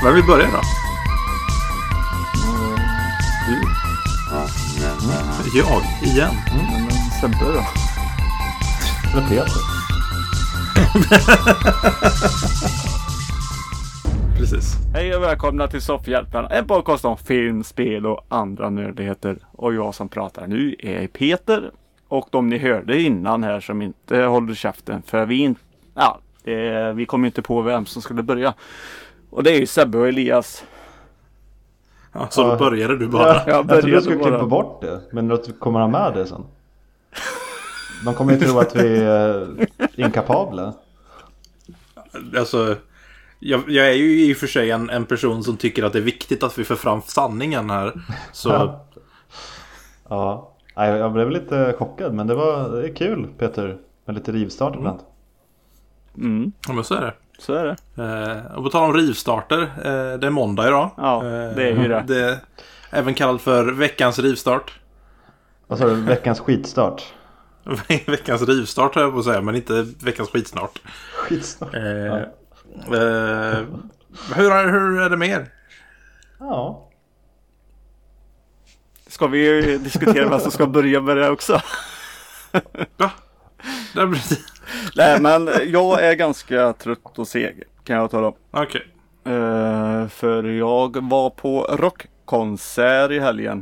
Vem vill börja då? Du? Jag, igen. Men Sebbe då? Eller Peter? Precis. Hej och välkomna till Soffhjälpen, en podcast om film, spel och andra nördigheter. Och jag som pratar nu är Peter. Och de ni hörde innan här som inte håller käften. För vi kom inte på vem som skulle börja. Och det är ju Sebbe och Elias. Ja, så då började du bara. Jag tror du skulle klippa bort det. Men att vi kommer ha med det sen. De kommer ju tro att vi är inkapabla. Alltså, jag är ju i och för sig en person som tycker att det är viktigt att vi får fram sanningen här. Så... Ja, jag blev lite chockad. Men det är kul, Peter. Med lite rivstart ibland. Ja, men så är det. Så är det. Och på tal om rivstarter, det är måndag idag. Ja, det är ju det. Det är även kallat för veckans rivstart. Vad sa du? Veckans skitstart? Veckans rivstart har jag på att säga, men inte veckans skitstart. Skitstart? Hur är det med er? Ja. Ska vi diskutera vad som ska börja med det också? Va? Det blir... Nej, men jag är ganska trött och seg, kan jag tala om. Okej. För jag var på rockkonsert i helgen.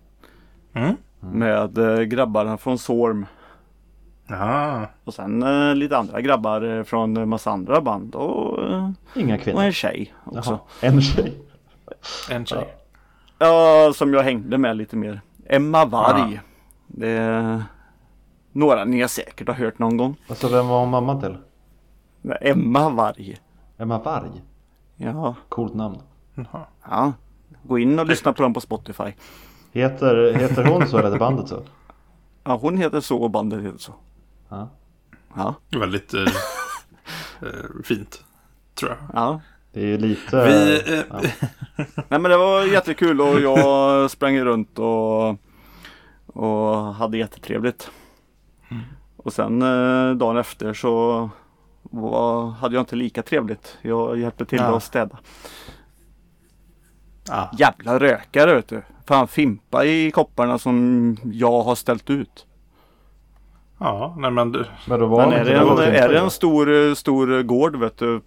Med grabbarna från Sorm. Ja. Och sen lite andra grabbar från en massa andra band. Och Inga kvinnor. Och en tjej också. Jaha, en tjej. En tjej. Ja, som jag hängde med lite mer. Emma Varg. Det är några ni säkert har hört någon gång. Alltså, vem var hon mamma till? Emma Varg. Emma Varg? Ja. Coolt namn. Ja. Gå in och lyssna på dem på Spotify. Heter hon så eller heter bandet så? Ja, hon heter så och bandet heter så. Ja. Väldigt fint, tror jag. Ja. Det är ju lite... Nej, men det var jättekul och jag sprang runt och hade jättetrevligt. Och sen dagen efter så hade jag inte lika trevligt. Jag hjälpte till att städa. Jävla rökare, vet du. Fan, fimpa i kopparna som jag har ställt ut. Ja, nej men du... Men är det en stor gård, vet du,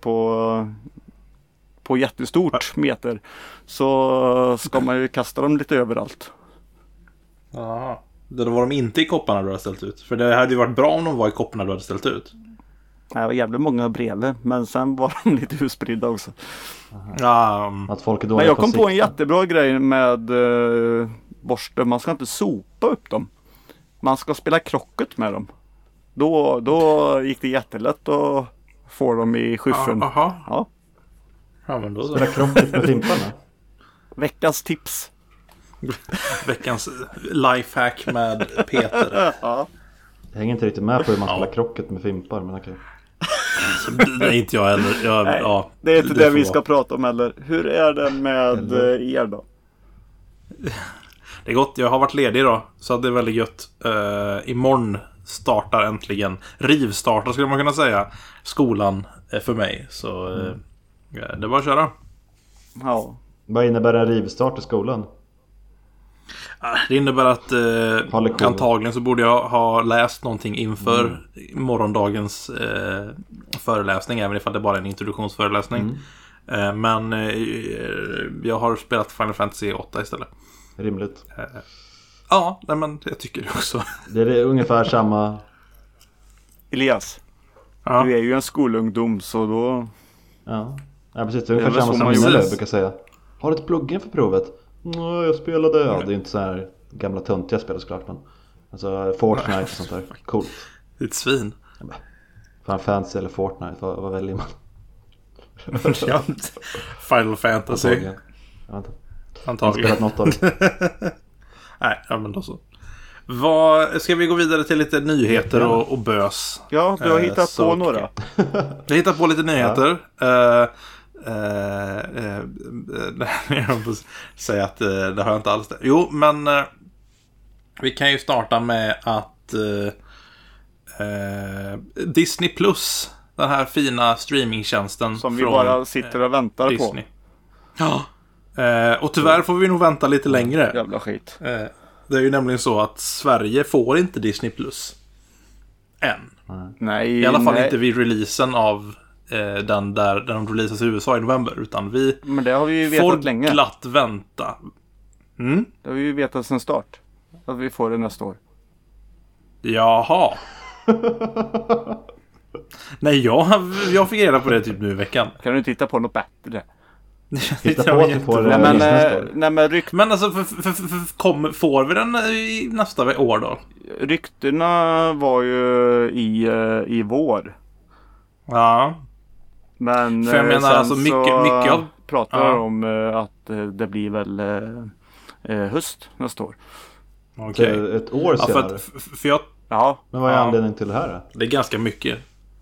på jättestort meter, så ska man ju kasta dem lite överallt. Ja, då var de inte i kopparna du hade ställt ut. För det hade ju varit bra om de var i kopparna du hade ställt ut. Det var jävligt många bredvid, men sen var de lite utspridda också. Att folk är men jag kom på en jättebra grej med borste. Man ska inte sopa upp dem. Man ska spela krocket med dem. Då gick det jättelätt att få dem i skyffen. Ja, men då så. Spela krocket med fimparna. Veckans tips. Veckans lifehack med Peter. Ja. Jag hänger inte riktigt med på hur man spelar krocket med fimpar, men okej. Nej, inte jag heller. Nej, det är inte det vi ska prata om heller. Hur är det med er då? Det är gott, jag har varit ledig idag, så det är väldigt gött. Imorgon startar äntligen, rivstartar skulle man kunna säga, skolan för mig. Så det var att köra. Ja. Vad innebär en rivstart i skolan? Det innebär att antagligen så borde jag ha läst någonting inför morgondagens föreläsning, även ifall det bara är en introduktionsföreläsning. Men jag har spelat Final Fantasy 8 istället. Rimligt. Ja, nej, men jag tycker det också. Det är ungefär samma... Elias, du är ju en skolungdom, så då... Ja, precis. Det är ungefär samma som mina elever brukar säga. Har du ett pluggen för provet? Nej, jag spelade... Ja, det är inte så här gamla töntiga spel såklart, men... Alltså Fortnite och sånt där. Coolt. Det är ett svin. Final Fantasy eller Fortnite, vad väljer man? Final Fantasy. Antagligen. Spelat något av det. Nej, men då så. Ska vi gå vidare till lite nyheter och bös? Ja, du har hittat på några. Jag har hittat på lite nyheter. Jag får säga att det har jag inte alls det. Jo, men vi kan ju starta med att Disney Plus, den här fina streamingtjänsten som vi bara sitter och väntar Disney. Ja. Och tyvärr får vi nog vänta lite längre. Jävla skit. Det är ju nämligen så att Sverige får inte Disney Plus än. Nej. I alla fall inte vid releasen av den där de releasas i USA i november. Utan vi Men det har vi ju vetat länge. Får glatt vänta. Det har vi ju vetat sedan start. Att vi får det nästa år. Jaha. Nej, jag fick reda på det typ nu i veckan. Kan du titta på något bättre? Titta på att du får det men alltså får vi den i nästa år då? Ryktena var ju i vår. Ja. Men för jag menar alltså mycket pratar om att det blir väl höst nästa år. Okej. Ett år senare. För jag, men vad är anledningen till det här då? Det är ganska mycket.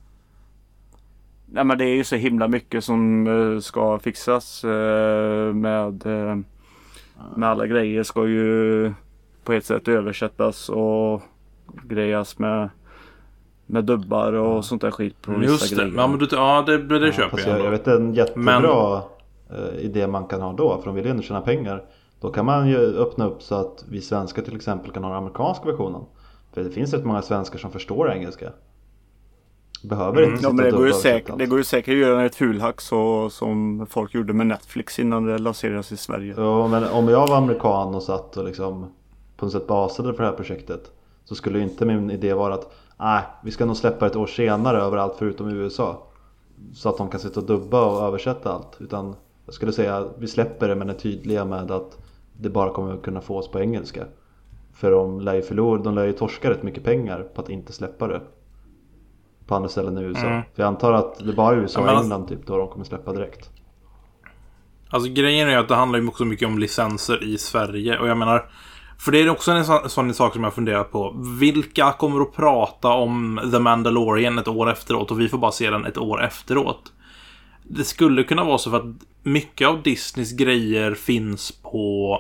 Nej, men det är ju så himla mycket som ska fixas med alla grejer ska ju på ett sätt översättas och grejas med dubbar och sånt där skit på vissa grejer. Ja, men det köper jag. Jag vet en jättebra idé man kan ha då, för om vi vill ändå tjäna pengar. Då kan man ju öppna upp så att vi svenskar till exempel kan ha den amerikanska versionen. För det finns rätt många svenskar som förstår engelska. Behöver inte men det går ju säkert att göra ett fulhack så som folk gjorde med Netflix innan det lanserades i Sverige. Ja, men om jag var amerikan och satt och liksom på något sätt basade för det här projektet, så skulle inte min idé vara att vi ska nog släppa ett år senare överallt förutom i USA, så att de kan sitta och dubba och översätta allt. Utan jag skulle säga att vi släpper det, men är tydliga med att det bara kommer att kunna fås på engelska. För de lär ju torska rätt mycket pengar på att inte släppa det på andra ställen i USA. För jag antar att det bara är USA och England typ då de kommer släppa direkt. Alltså grejen är att det handlar ju också mycket om licenser i Sverige. Och jag menar, för det är också en sån sak som jag funderat på. Vilka kommer att prata om The Mandalorian ett år efteråt och vi får bara se den ett år efteråt? Det skulle kunna vara så för att mycket av Disneys grejer finns på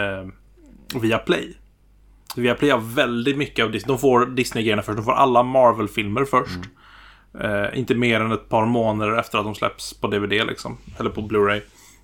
Viaplay. Viaplay har väldigt mycket av Disney. De får Disney-grejerna först. De får alla Marvel-filmer först. Inte mer än ett par månader efter att de släpps på DVD liksom. Eller på Blu-ray.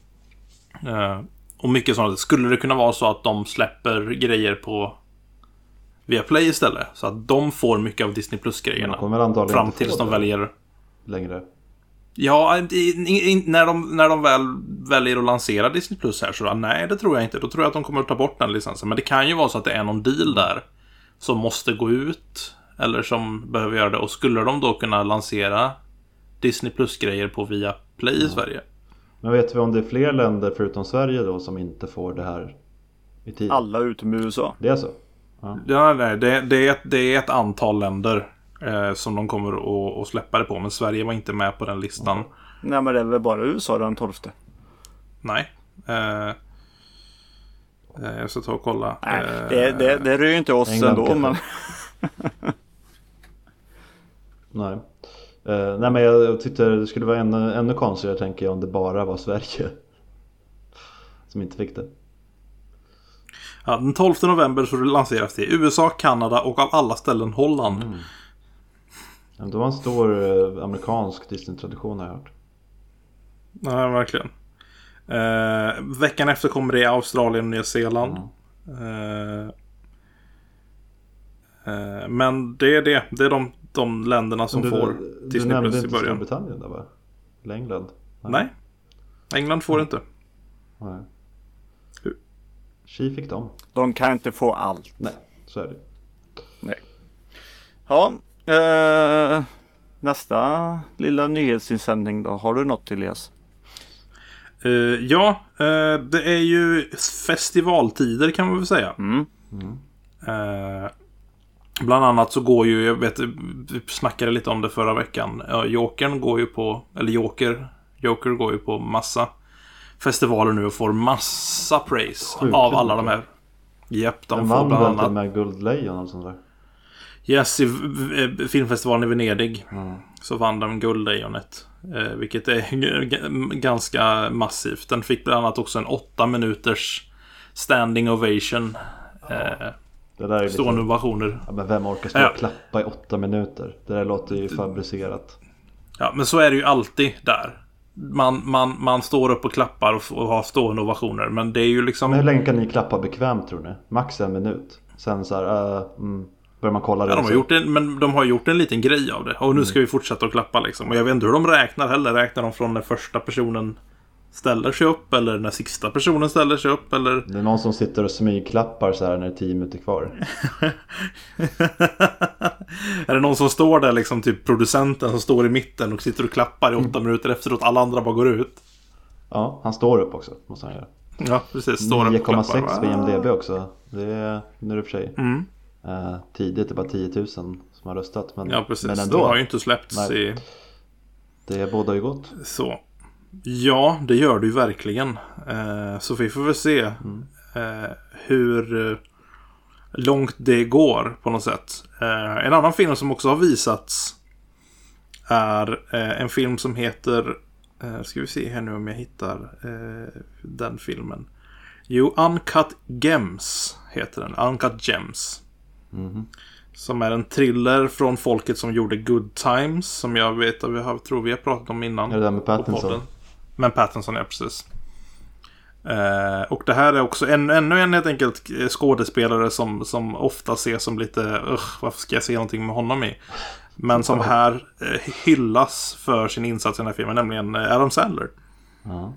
Och mycket sånt. Skulle det kunna vara så att de släpper grejer på Viaplay istället? Så att de får mycket av Disney Plus-grejerna. Fram tills de väljer längre. Ja, när de väl väljer att lansera Disney Plus här så nej, det tror jag inte. Då tror jag att de kommer att ta bort den licensen. Men det kan ju vara så att det är någon deal där som måste gå ut eller som behöver göra det. Och skulle de då kunna lansera Disney Plus-grejer på Viaplay i Sverige? Men vet vi om det är fler länder förutom Sverige då som inte får det här i tid? Alla utom USA. Det är så? Ja, nej, det är ett antal länder som de kommer att släppa det på. Men Sverige var inte med på den listan. Nej, men det är väl bara USA den 12:e. Nej. Jag ska ta och kolla. Nej, det rör ju inte oss ändå. Men... Nej. Nej, men jag tyckte det skulle vara ännu konstigare, tänker jag, om det bara var Sverige som inte fick det. Ja, den 12 november så lanseras det i USA, Kanada och av alla ställen Holland. Ja, det var en stor amerikansk Disney-tradition, har jag hört. Ja, verkligen. Veckan efter kommer det i Australien och Nya Zeeland. Men det är de länderna som får Disney Plus i början. Du nämnde inte Storbritannien där, va? Eller England? Nej. England får inte. Nej. Tji fick de. De kan inte få allt. Nej, så är det. Nej. Ja, nästa lilla nyhetsinsändning då. Har du något till Elias? Ja, det är ju festivaltider kan man väl säga. Bland annat så går ju, jag vet, vi snackade lite om det förra veckan. Joker går ju på massa festivaler nu och får massa praise av alla de här. Japp, de får bland annat med Guldlejon och sånt där. Yes, i filmfestivalen i Venedig så vann de Guldlejonet, vilket är ganska massivt. Den fick bland annat också en 8 minuters standing ovation. Det där är stående ovationer. Ja, men vem orkar stå och klappa i 8 minuter? Det där låter ju fabricerat. Ja, men så är det ju alltid där. man står upp och klappar och har stående ovationer. Men det är ju liksom... Men hur länge kan ni klappa bekvämt tror ni? Max 1 minut. Sen så här, börjar man kolla det. Ja, de har gjort en liten grej av det. Och nu ska vi fortsätta att klappa liksom. Och jag vet inte hur de räknar heller. Räknar de från när första personen ställer sig upp? Eller när sista personen ställer sig upp? Eller... Det är någon som sitter och smygklappar så här när det är 10 minuter kvar. Är det någon som står där liksom, typ producenten som står i mitten och sitter och klappar i 8 minuter efteråt alla andra bara går ut? Ja, han står upp också, måste han göra. Ja, precis. Står upp och klappar. 9,6 på IMDb också. Det är nu för sig. Tidigt, det är bara 10 000 som har röstat. Men, ja, precis. Men ändå. De har ju inte släppts i... Det båda ju gott. Så. Ja, det gör det ju verkligen. Så vi får väl se hur långt det går på något sätt. En annan film som också har visats är en film som heter... ska vi se här nu om jag hittar den filmen. Jo, Uncut Gems heter den. Uncut Gems. Som är en thriller från folket som gjorde Good Times. Som jag vet att tror vi har pratat om innan. Är det där med Pattinson? Men Pattinson, ja, precis. Och det här är också ännu en helt enkelt skådespelare som ofta ses som lite varför ska jag se någonting med honom i? Men som här hyllas för sin insats i den här filmen, nämligen Adam Sandler. Ja.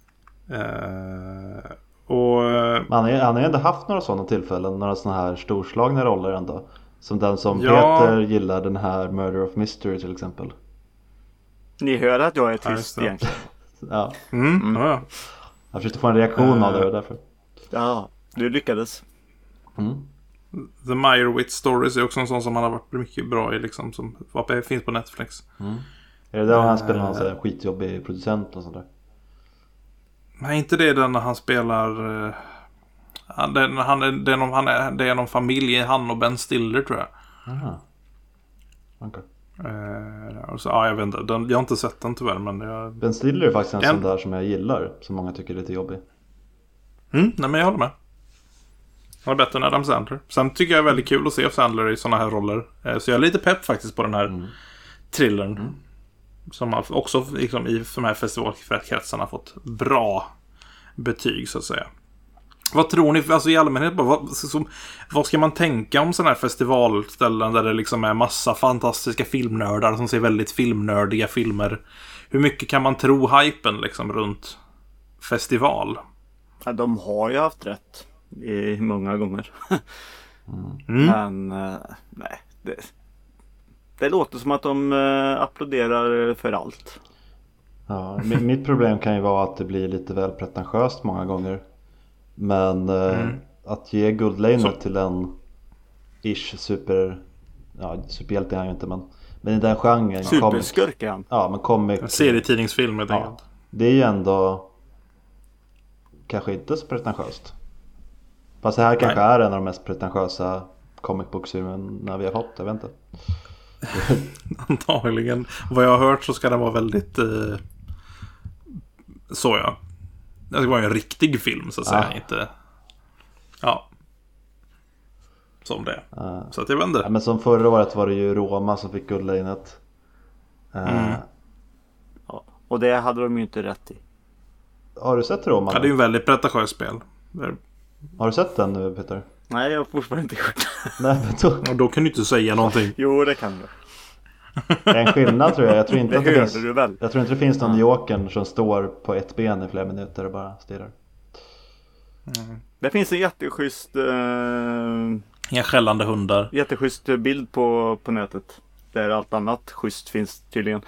Och han har ju ändå haft några sådana tillfällen, några sådana här storslagna roller ändå. Som den som Peter gillar, den här Murder of Mystery till exempel. Ni hör att jag är tyst egentligen. Ja. Ja. Jag försökte få en reaktion av det därför. Ja, du lyckades. The Meyerowitz Stories är också en sån som han har varit mycket bra i liksom, som finns på Netflix. Är det där han spelar någon sån här skitjobbig producent och sånt där? Nej, inte det där när han spelar det är någon familj, han och Ben Stiller tror jag. Okay. Jag vet inte, jag har inte sett den tyvärr, men Ben Stiller är faktiskt en sån där som jag gillar, som många tycker är lite jobbig. Nej, men jag håller med. Han är bättre än Adam Sandler. Sen tycker jag är väldigt kul att se Sandler i såna här roller. Så jag är lite pepp faktiskt på den här thrillern. Som också liksom, i de här festivalkretsarna fått bra betyg så att säga. Vad tror ni, alltså i allmänhet, vad ska man tänka om sådana här festivalställen där det liksom är massa fantastiska filmnördar som ser väldigt filmnördiga filmer? Hur mycket kan man tro hypen liksom runt festival? Ja, de har ju haft rätt i många gånger. Men nej, det låter som att de applåderar för allt. Ja, mitt problem kan ju vara att det blir lite väl pretentiöst många gånger. Men att ge guldlänet till en superhjälte är han ju inte, men i den genren superskurk är han. Ja, men comic serietidningsfilm helt enkelt. Det är ju ändå kanske inte så pretentiöst. Fast det här kanske är en av de mest pretentiösa comic book-filmerna vi har fått, jag vet inte. Antagligen. Vad jag har hört så ska den vara väldigt det ska vara en riktig film så att säga, inte som det. Så att jag vet inte. Ja, men som förra året var det ju Roma som fick guldlänet. Ja, och det hade de ju inte rätt i. Har du sett Roma? Ja, det är ju en väldigt pretentiös spel. Har du sett den nu, Peter? Nej, jag har fortfarande inte gjort det. Nej, men då kan du inte säga någonting. Jo, det kan du. Det är en skillnad tror jag. Jag tror inte det finns. Du väl. Jag tror inte det finns någon jokern som står på ett ben i flera minuter och bara stirrar. Det finns en jätteschysst Inga skällande hundar. Jätteschysst bild på nätet. Där allt annat schysst finns tydligen.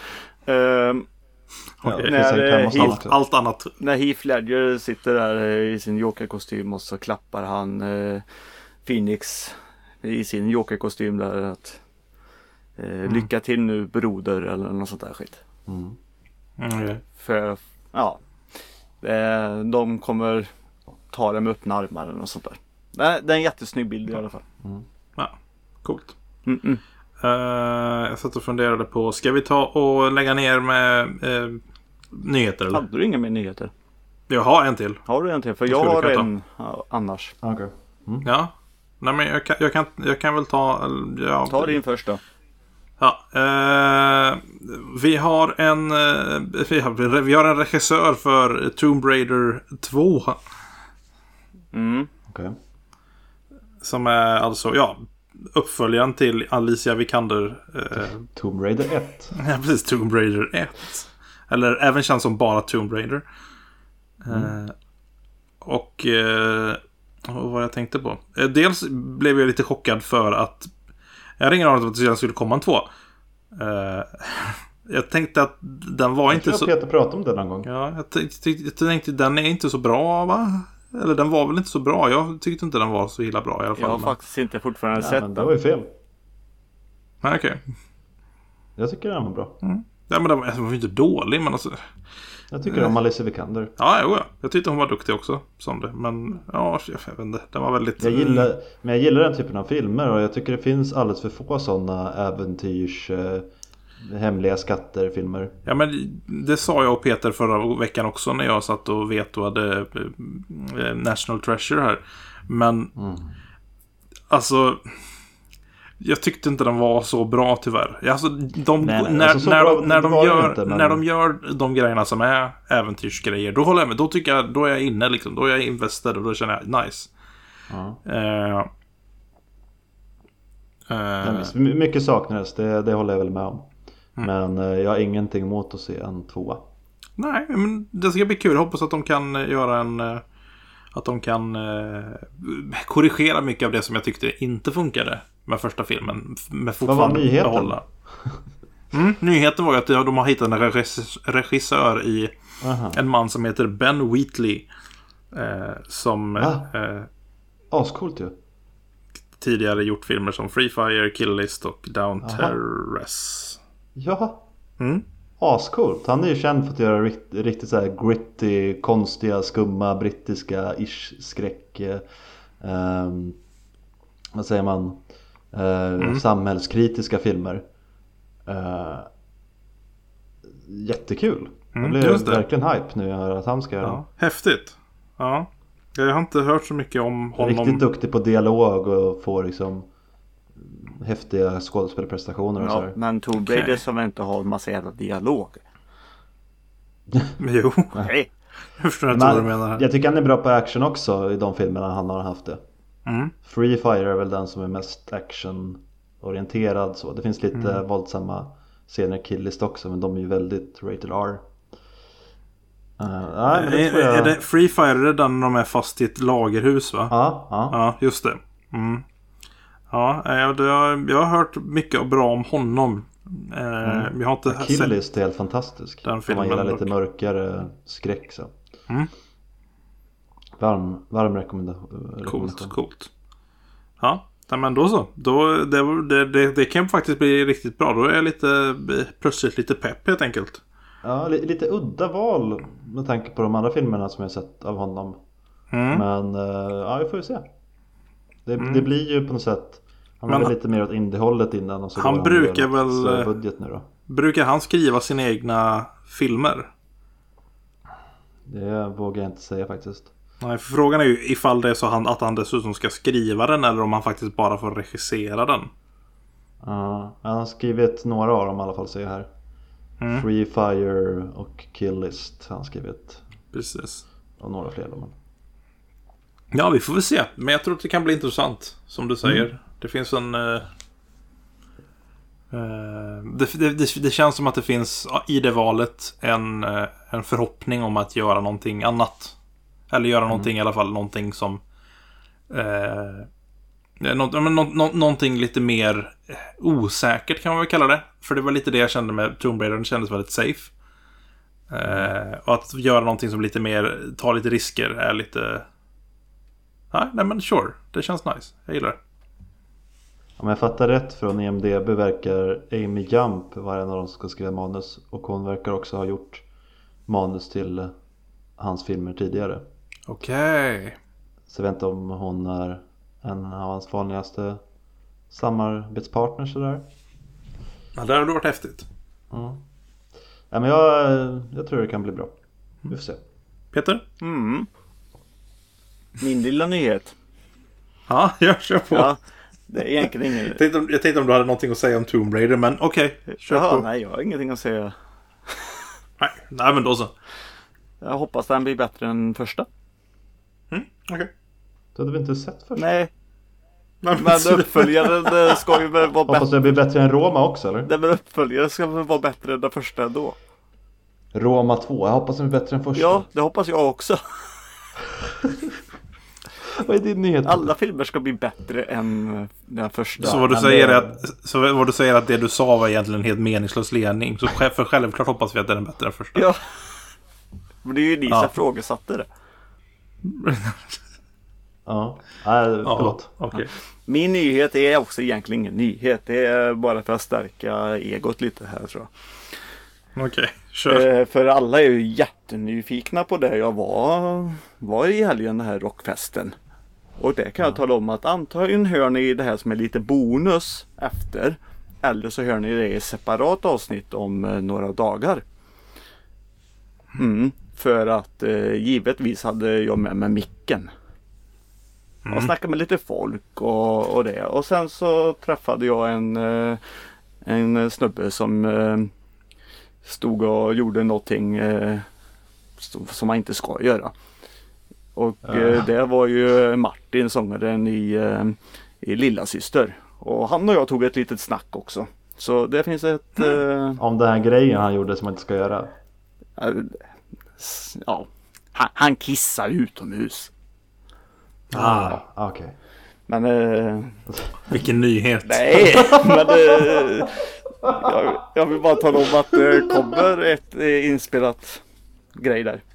Allt annat. När Heath Ledger sitter där i sin jokerkostym och så klappar han Phoenix i sin jokerkostym där att lycka till nu broder eller något sånt där skit. För de kommer ta det med öppna armar eller något sånt där. Det är en jättesnygg bild i alla fall. Ja, coolt. Jag satt och funderade på, ska vi ta och lägga ner med nyheter eller? Hade du inga mer nyheter? Jag har en till. Har du en till? För jag har en annars. Okay. Ja. Nej, men jag kan väl ta... Ta din först då. Ja, vi har en regissör för Tomb Raider 2. Okay. Som är alltså, uppföljaren till Alicia Vikander. Tomb Raider 1. Ja, precis, Tomb Raider 1. Eller även känns som bara Tomb Raider. Och vad jag tänkte på. Dels blev jag lite chockad för att jag hade ingen aning om att det skulle komma en 2. Jag tänkte att den var inte så... Jag Peter pratade om det någon gång. Ja, jag tänkte den är inte så bra, va? Eller den var väl inte så bra. Jag tyckte inte den var så illa bra i alla fall. Jag har faktiskt inte fortfarande sett den. Det var ju fel. Okej. Okay. Jag tycker den var bra. Ja, men den var ju inte dålig, men alltså... Jag tycker om Alicia Vikander. Ja. Jag tyckte hon var duktig också som det. Men jag vet inte. Den var väldigt... Jag gillar den typen av filmer. Och jag tycker det finns alldeles för få sådana äventyrs... hemliga skatter filmer. Ja, men det sa jag och Peter förra veckan också när jag satt och vetoade National Treasure här. Men alltså jag tyckte inte den var så bra tyvärr. Alltså när de gör de grejerna som är äventyrsgrejer, då håller jag med. Då tycker jag, då är jag inne liksom, då är jag investerad och då känner jag nice. Mycket saknades, det håller jag väl med om. Men jag har ingenting emot att se en 2. Nej, men det ska bli kul. Jag hoppas att de kan göra att de kan korrigera mycket av det som jag tyckte inte funkade med första filmen. Med fortfarande vad var nyheten? Behålla. Nyheten var ju att de har hittat en regissör i en man som heter Ben Wheatley. Som ascoolt ju. Tidigare gjort filmer som Free Fire, Kill List och Down Terrace. Ja. Ascoolt. Han är ju känd för att göra riktigt så här gritty, konstiga, skumma, brittiska skräck. Vad säger man? Samhällskritiska filmer. Jättekul. Jag blev verkligen hype nu att han ska göra. Häftigt. Ja. Jag har inte hört så mycket om honom. Riktigt duktig på dialog och får liksom häftiga skådespelarprestationer och så här. Men Tomb Raider som inte har massa jävla dialog. Jo. Nej. Jag förstår inte vad du menar här. Jag tycker han är bra på action också i de filmerna han har haft det. Free Fire är väl den som är mest actionorienterad så. Det finns lite våldsamma scener i Kill List också, men de är ju väldigt rated R. Nej, men det tror jag... Är det Free Fire, är det den de är fast i ett lagerhus, va? Ja, just det. Ja, jag har hört mycket bra om honom. Jag har inte Kill List är helt fantastisk. Den filmen, man gillar lite mörkare skräck så. Varm rekommendation. Coolt. Ja, men då så. Det kan faktiskt bli riktigt bra. Då är jag plötsligt lite pepp helt enkelt. Ja, lite udda val med tanke på de andra filmerna som jag sett av honom. Men vi får ju se. Det blir ju på något sätt. Han är väl lite mer åt indie-hållet innan. Och så han brukar väl budget nu då. Brukar han skriva sina egna filmer? Det vågar jag inte säga faktiskt. Nej, för frågan är ju ifall det är så att han dessutom ska skriva den eller om han faktiskt bara får regissera den. Ja, han har skrivit några av dem i alla fall, ser jag här. Free Fire och Kill List har han skrivit. Precis. Och några fler då. Ja, vi får väl se. Men jag tror att det kan bli intressant, som du säger. Det finns en... Det känns som att det finns i det valet en förhoppning om att göra någonting annat. Eller göra någonting i alla fall. Någonting som... någonting lite mer osäkert kan man väl kalla det. För det var lite det jag kände med Tomb Raider. Den kändes väldigt safe. Och att göra någonting som lite mer tar lite risker är lite... Nej men sure. Det känns nice. Jag gillar det. Om jag fattar rätt från IMDb verkar Amy Jump vara en av de som ska skriva manus. Och hon verkar också ha gjort manus till hans filmer tidigare. Okej. Så jag vet inte om hon är en av hans vanligaste samarbetspartners sådär. Ja, det hade varit häftigt. Ja, men jag tror det kan bli bra. Vi får se. Peter? Min lilla nyhet. Ja, jag kör på. Ja, Det är egentligen inget... Jag tänkte om du hade någonting att säga om Tomb Raider, men okej. Nej, jag har ingenting att säga. Nej, men då så. Jag hoppas den blir bättre än första. Okej. Det hade vi inte sett först. Nej. Men uppföljaren ska ju väl vara bättre. Hoppas det blir bättre än Roma också, eller? Nej, men uppföljaren ska väl vara bättre än den första då. Roma 2, jag hoppas den blir bättre än första. Ja, det hoppas jag också. Vad är din nyhet? Alla filmer ska bli bättre än den första. Så vad du säger att det du sa var egentligen en helt meningslös ledning. Så för självklart hoppas vi att den är bättre än första. Ja. Men det är ju ni som frågesatte det. Ja, förlåt. Okay. Min nyhet är också egentligen ingen nyhet. Det är bara för att stärka egot lite här, tror jag. Okej, kör. För alla är ju jättenyfikna på det. Jag var i helgen, den här rockfesten. Och det kan jag tala om att antagligen hör ni det här som är lite bonus efter. Eller så hör ni det i ett separat avsnitt om några dagar. För att givetvis hade jag med mig micken. Och snackade med lite folk och det. Och sen så träffade jag en snubbe som stod och gjorde någonting som man inte ska göra. Och det var ju Martin, sångaren i Lillasyster. Och han och jag tog ett litet snack också. Så det finns ett... Om den här grejen han gjorde som man inte ska göra. Ja, han kissar utomhus. Okej. Men... Vilken nyhet. Nej, men... jag vill bara tala om att det kommer ett inspelat grej där.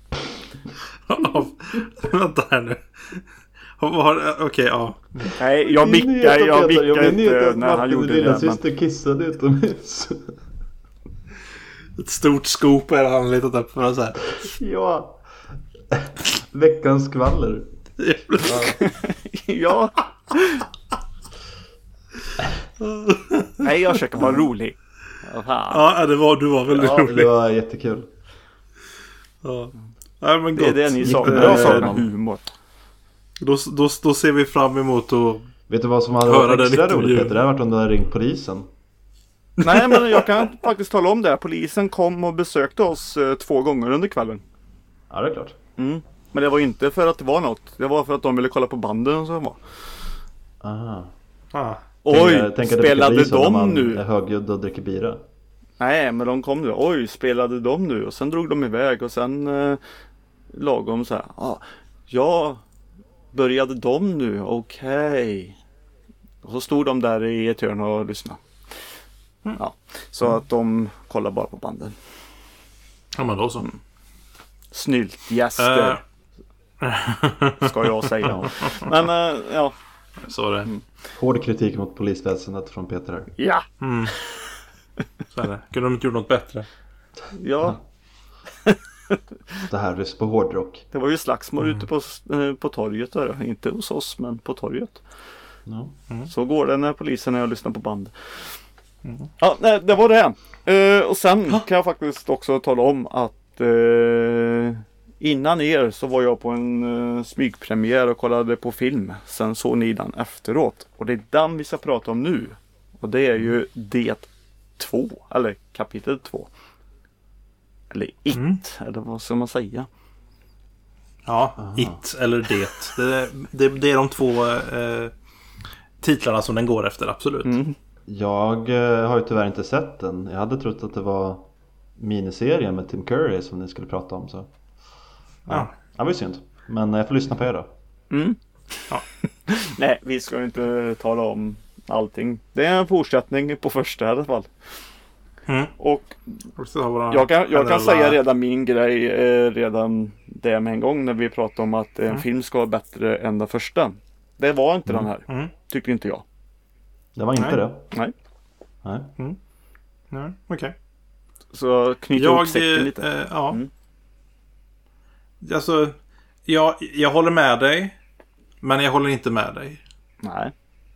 Vänta här nu. Okej, ja. Nej, jag vickar inte när han gjorde det. Lilla syster kissade utomhus. Ett stort skop är han letat upp för så här. Ja. Veckans skvaller. Ja. Nej, jag försöker vara rolig. Ja, du var väldigt rolig. Det var jättekul. Ja. Ja, men det är det ni saknar, humor. Då ser vi fram emot att vet du vad som hade varit extra roligt, Peter? Det har varit om du hade ringt polisen. Nej, men jag kan faktiskt tala om det. Polisen kom och besökte oss 2 gånger under kvällen. Ja, det är klart. Men det var inte för att det var något. Det var för att de ville kolla på banden som var. Oj, spelade de nu? Är högljudd och dricker bira. Nej, men de kom nu. Oj, spelade de nu? Och sen drog de iväg och sen lagom så här. Ja, började de nu? Okej. Och så stod de där i ett hörn och lyssnade. Ja, så att de kollar bara på banden. Ja, men då så. Snyltgäster. Ska jag säga. Men ja. Så är det. Hård kritik mot polisväsendet från Peter här. Ja. Så är det. Kunde de inte gjort något bättre? Ja. Det här röst på hårdrock. Det var ju slagsmål ute på torget där. Inte hos oss, men på torget. Så går det när polisen är och lyssnar på band. Ja, nej, det var det. Och sen kan jag faktiskt också tala om att innan er så var jag på en smygpremiär och kollade på film. Sen såg ni den efteråt. Och det är den vi ska prata om nu. Och det är ju det 2. Eller kapitel 2. Eller It. Eller vad ska man säga? Ja, It eller det. Det är de 2 titlarna som den går efter, absolut. Jag har ju tyvärr inte sett den. Jag hade trott att det var miniserien med Tim Curry som ni skulle prata om. Så. Ja, det var ju synd. Men jag får lyssna på er då. Ja. Nej, vi ska inte tala om allting. Det är en fortsättning på första i alla fall. Och jag kan säga redan min grej redan det med en gång när vi pratade om att en film ska vara bättre än den första. Det var inte den här. Tycker inte jag. Det var inte det. Nej. Nej, okej. Så knyta ihop säcken lite. Ja. Alltså, jag håller med dig. Men jag håller inte med dig. Nej.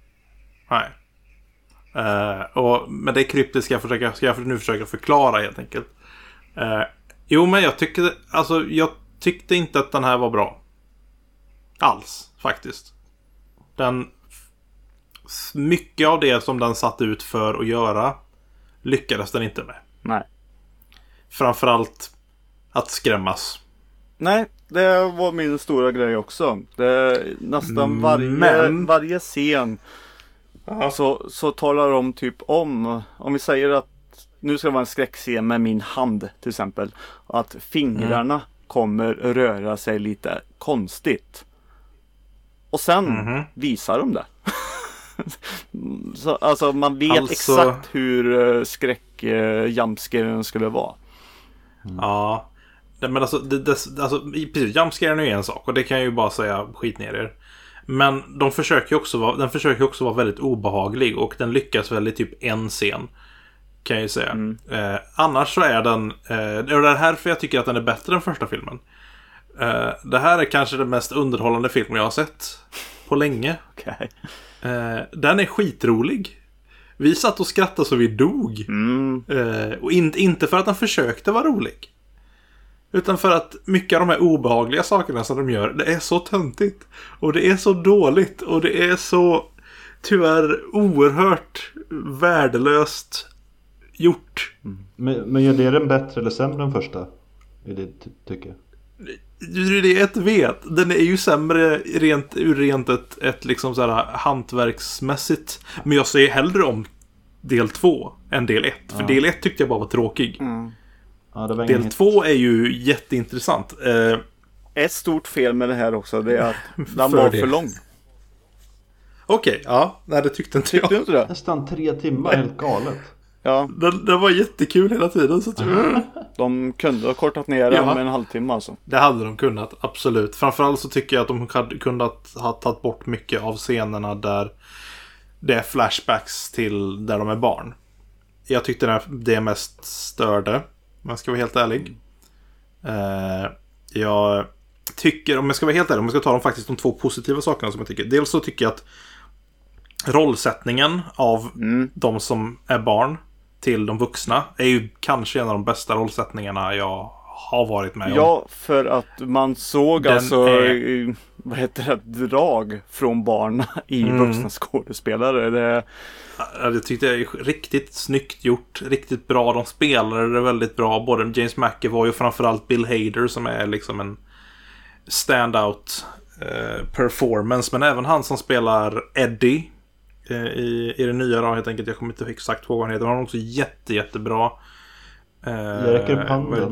Men det kryptiska ska jag nu försöka förklara helt enkelt. Jo, men jag tyckte inte att den här var bra. Alls, faktiskt. mycket av det som den satt ut för att göra lyckades den inte med. Nej. Framförallt att skrämmas. Nej, det var min stora grej också. Det nästan varje scen så talar de typ om vi säger att nu ska det vara en skräckscen med min hand till exempel, att fingrarna kommer röra sig lite konstigt. Och sen visar de det. Så, alltså man vet exakt hur skräckjumpscaren skulle vara. Ja. Men alltså, precis, jumpscaren är ju en sak och det kan jag ju bara säga skit ner er. Men den försöker ju också vara väldigt obehaglig och den lyckas väl i typ en scen, kan jag ju säga. Annars så är den och det är härför jag tycker att den är bättre än första filmen. Det här är kanske den mest underhållande filmen jag har sett på länge. Okay. Den är skitrolig. Vi satt och skrattade så vi dog. Och inte för att den försökte vara rolig, utan för att mycket av de här obehagliga sakerna som de gör, det är så töntigt. Och det är så dåligt. Och det är så tyvärr oerhört värdelöst gjort. Men gör det den bättre eller sämre än första? Är det tycker? Det är ett vet. Den är ju sämre rent ett liksom så här hantverksmässigt. Men jag säger hellre om del 2 än del 1. För del 1 tyckte jag bara var tråkig. Ja, det var del 2 är ju jätteintressant. Ett stort fel med det här också, det är att den var för lång. Okej, ja. Nej, det tyckte inte jag. Inte det? Nästan 3 timmar, helt galet. Ja. Den var jättekul hela tiden. Så de kunde ha kortat ner den med en halvtimme alltså. Det hade de kunnat, absolut. Framförallt så tycker jag att de hade kunnat ha tagit bort mycket av scenerna där det är flashbacks till där de är barn. Jag tyckte det mest störde, om jag ska vara helt ärlig. Jag tycker, om jag ska vara helt ärlig, om jag ska ta de 2 positiva sakerna som jag tycker. Dels så tycker jag att rollsättningen av de som är barn till de vuxna är ju kanske en av de bästa rollsättningarna jag har varit med om. Ja, för att man såg vad heter det, drag från barn i vuxna skådespelare. Jag tyckte det är riktigt snyggt gjort, riktigt bra. De spelade det väldigt bra, både James McAvoy och framförallt Bill Hader som är liksom en standout performance, men även han som spelar Eddie i det nya då, helt enkelt. Jag kommer inte exakt ihåg vad han heter. Han är också jättebra. Jag räcker upp handen.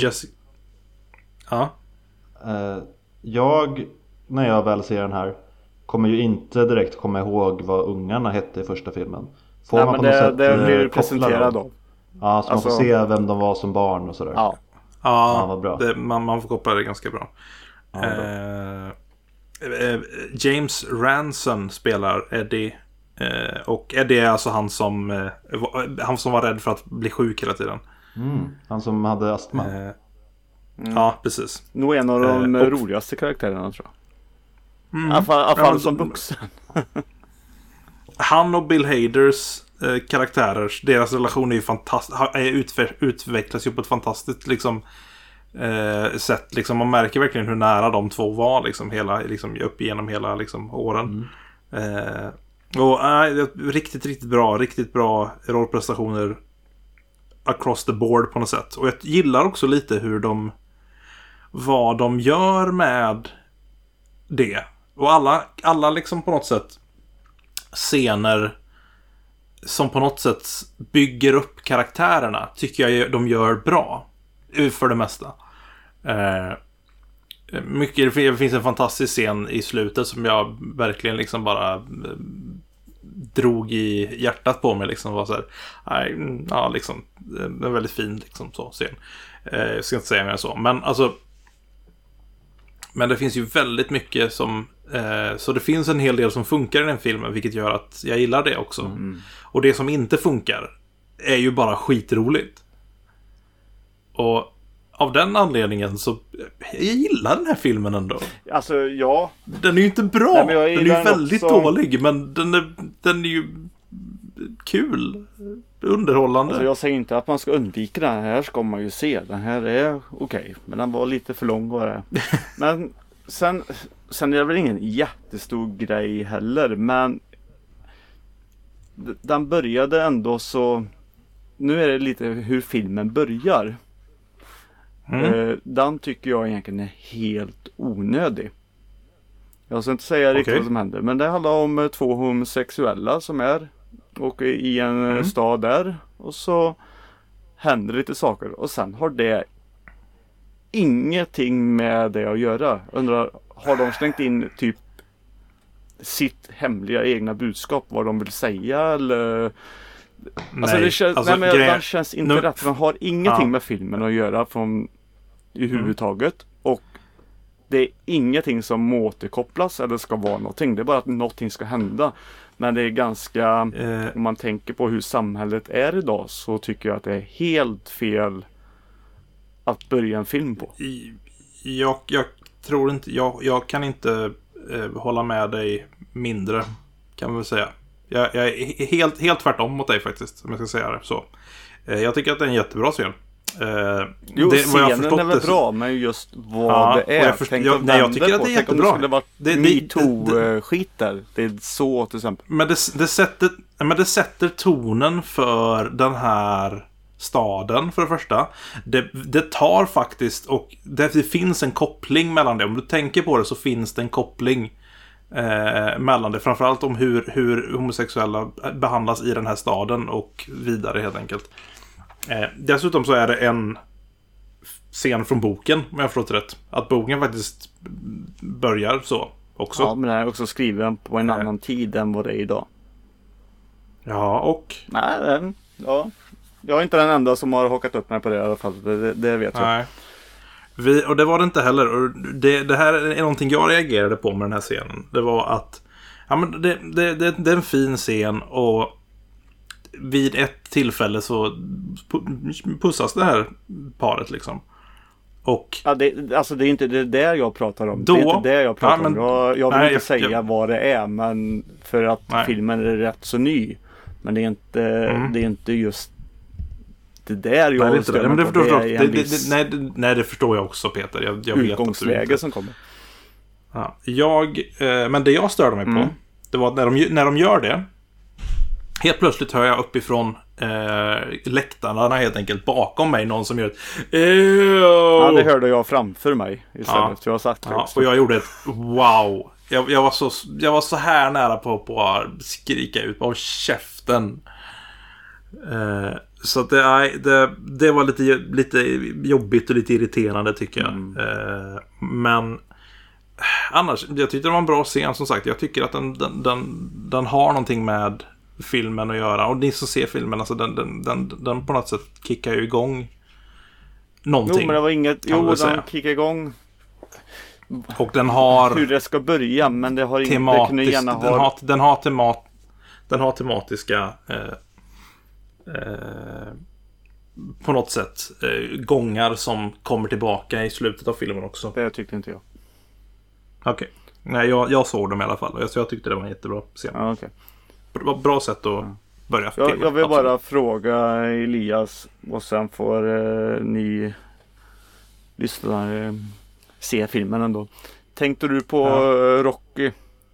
Jag, när jag väl ser den här, kommer ju inte direkt komma ihåg vad ungarna hette i första filmen. Får man på något sätt det blir presenterad då. Ja, så man får se vem de var som barn och sådär. Ja, vad bra. Man får koppla det ganska bra. James Ranson spelar Eddie. Och Eddie är alltså han som var rädd för att bli sjuk hela tiden. Han som hade astma. Ja, precis. Nog en av de roligaste karaktärerna, tror jag. I alla fall som vuxen. Han och Bill Haders karaktärer, deras relation är ju fantastisk, utvecklas ju på ett fantastiskt liksom sätt. Liksom, man märker verkligen hur nära de två var liksom, upp igenom hela liksom, åren. Och riktigt bra rollprestationer across the board på något sätt. Och jag gillar också lite vad de gör med det. Och alla liksom på något sätt scener som på något sätt bygger upp karaktärerna tycker jag de gör bra för det mesta. Det finns en fantastisk scen i slutet som jag verkligen liksom bara drog i hjärtat på mig liksom, var så här, liksom en väldigt fin liksom så scen. Jag ska inte säga mer än så, men det finns ju väldigt mycket som så det finns en hel del som funkar i den filmen, vilket gör att jag gillar det också. Och det som inte funkar är ju bara skitroligt. Och av den anledningen så jag gillar den här filmen ändå. Alltså, ja. Den är ju inte bra. Nej, den är ju väldigt dålig, men den är ju kul. Underhållande. Alltså, jag säger inte att man ska undvika den här, ska man ju se. Den här är okej, men den var lite för lång var det. Men sen är det väl ingen jättestor grej heller, men den började ändå så... Nu är det lite hur filmen börjar. Den tycker jag egentligen är helt onödig. Jag ska inte säga riktigt vad som händer. Men det handlar om 2 homosexuella som är och i en stad där. Och så händer lite saker. Och sen har det ingenting med det att göra. Undrar, har de slängt in typ sitt hemliga egna budskap, vad de vill säga eller... Alltså det känns, det känns inte rätt. Man har ingenting med filmen att göra i huvudtaget. Och det är ingenting som återkopplas eller ska vara någonting. Det är bara att någonting ska hända. Men det är ganska, om man tänker på hur samhället är idag, så tycker jag att det är helt fel att börja en film på. Jag tror inte, jag kan inte hålla med dig mindre, kan man väl säga. Jag är helt tvärtom mot dig faktiskt, om jag ska säga det så. Jag tycker att det är en jättebra scen. Scenen är väl bra, men just vad det är. Jag tycker att det är jättebra. Tänk om det skulle varit MeToo-skit där. Det är så till exempel. Men det sätter tonen för den här staden för det första. Det tar faktiskt, och det finns en koppling mellan det. Om du tänker på det så finns det en koppling mellan det. Framförallt om hur homosexuella behandlas i den här staden och vidare helt enkelt. Dessutom så är det en scen från boken, om jag har förstått rätt. Att boken faktiskt börjar så också. Ja, men den är också skriven på en annan tid än vad det är idag. Ja, och... Nej, ja. Jag är inte den enda som har hakat upp mig på det i alla fall. Det vet jag. Nej. Och det var det inte heller. Och det här är någonting jag reagerade på med den här scenen. Det var att det är en fin scen, och vid ett tillfälle så pussas det här paret liksom. Och ja, det är inte det där jag pratar om. Det är inte det jag pratar om. Jag vill inte säga vad det är, men för att filmen är rätt så ny. Men det är inte just det där jag ska. Men det förstår jag också, Peter. Jag utgångsläge som kommer. Ja, men det jag störde mig på, det var när de gör det. Helt plötsligt hör jag uppifrån läktarna helt enkelt bakom mig någon som gör ett ja, det hörde jag framför mig istället. Jag har sagt det och jag gjorde ett wow. Jag var så här nära på att skrika ut av käften. Så att det var lite jobbigt och lite irriterande, tycker jag. Men annars, jag tyckte det var en bra scen, som sagt. Jag tycker att den har någonting med filmen att göra. Och ni som ser filmen, alltså den på något sätt kickar ju igång någonting. Jo, men det var inget... Jo, den kickar igång... Och den har... hur det ska börja, men det har inte... Den har tematiska... på något sätt gångar som kommer tillbaka i slutet av filmen också. Det tyckte inte jag. Okej. Nej, jag såg dem i alla fall. Jag tyckte det var en jättebra scen. Ja, okej. Det var ett bra sätt att börja filmen. Jag vill bara fråga Elias, och sen får ni lyssna se filmen ändå. Tänkte du på Rocky?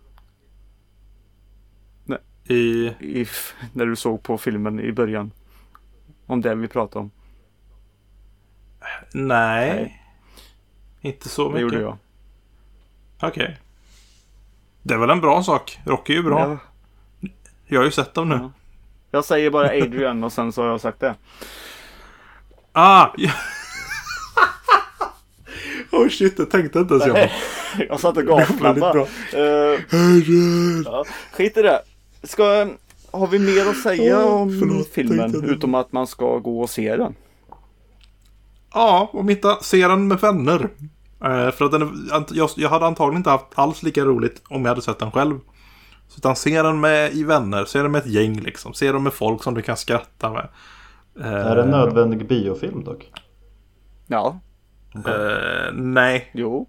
Nej. När du såg på filmen i början? Om det vi pratade om. Nej. Inte så mycket. Det gjorde jag. Okej. Det är väl en bra sak. Rocky är ju bra. Ja. Jag har ju sett dem nu. Ja. Jag säger bara Adrian och sen så har jag sagt det. Oh shit, jag tänkte inte ens jag. Jag satt och gapflabba. Skit i det. Har vi mer att säga om filmen? Utom att man ska gå och se den. Ja, om inte se den med vänner. För att jag hade antagligen inte haft alls lika roligt om jag hade sett den själv. Så utan se den i vänner. Se den med ett gäng liksom. Se den med folk som du kan skratta med. Är det en nödvändig biofilm dock? Ja. Nej. Jo.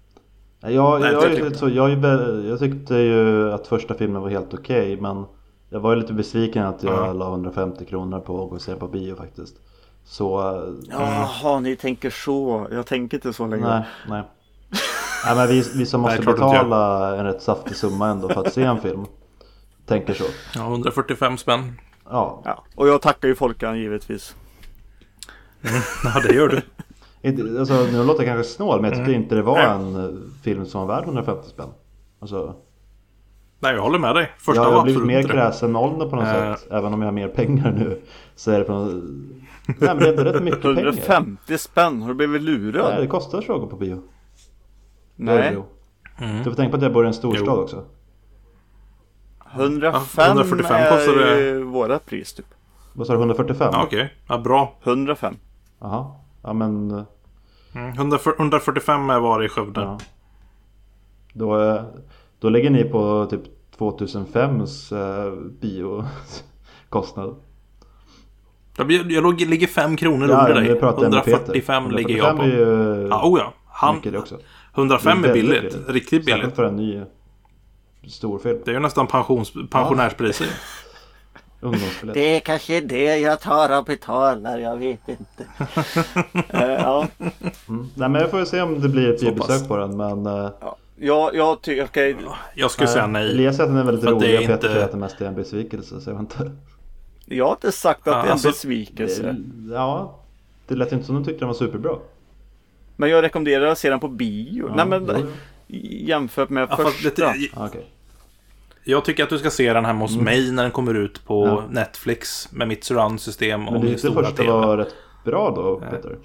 Jag tyckte ju att första filmen var helt okej, men jag var ju lite besviken att jag la 150 kronor på att gå och se på bio faktiskt. Så... Jaha, ni tänker så. Jag tänker inte så länge. Nej. Nej, men vi som måste betala en rätt saftig summa ändå för att se en film. tänker så. Ja, 145 spänn. Ja. Och jag tackar ju Folkan givetvis. Ja, det gör du. Alltså, nu låter jag kanske snål, men jag tycker inte det var en film som var värd 150 spänn. Alltså, nej, jag håller med dig. Första jag var har blivit absolut mer inte det. kräsen med åldern på något sätt. Även om jag har mer pengar nu. Så är det på något... Nej, men det är rätt mycket pengar. 150 spänn, har du blivit lurad? Nej, det kostar så att gå på bio. Nej. Du får tänka på att jag bor i en storstad också. 105 145 är kostar det. ju våra pris typ. Vad sa du, 145? Ja, okej. Ja, bra. 105. Jaha. Ja, men... 145 är var i Skövde. Ja. Då lägger ni på typ 2005s biokostnad. Jag ligger 5 kronor Ja, under dig. det pratar jag med Peter. 145 ligger jag på. Är ju mycket det också. 105 är billigt. Riktigt billigt. Särskilt för en ny storfilm. Det är ju nästan pensionärspriser. Ungdomsbiljett. Det är kanske det jag tar och betalar, jag vet inte. Ja. Nej, men jag får se om det blir ett biobesök på den, men... Jag tycker... Okay. Jag skulle säga nej. Elias säger att den är väldigt För rolig, det är Peter inte... säger att det mest är en besvikelse, så jag vet inte. Jag har inte sagt att det är en besvikelse. Det lät inte som de tyckte den var superbra. Men jag rekommenderar att se den på bio. Nej, men jämfört med första. Okay. Jag tycker att du ska se den hemma hos mig när den kommer ut på Netflix med mitt surround-system och min stora första TV. var rätt bra då, Peter.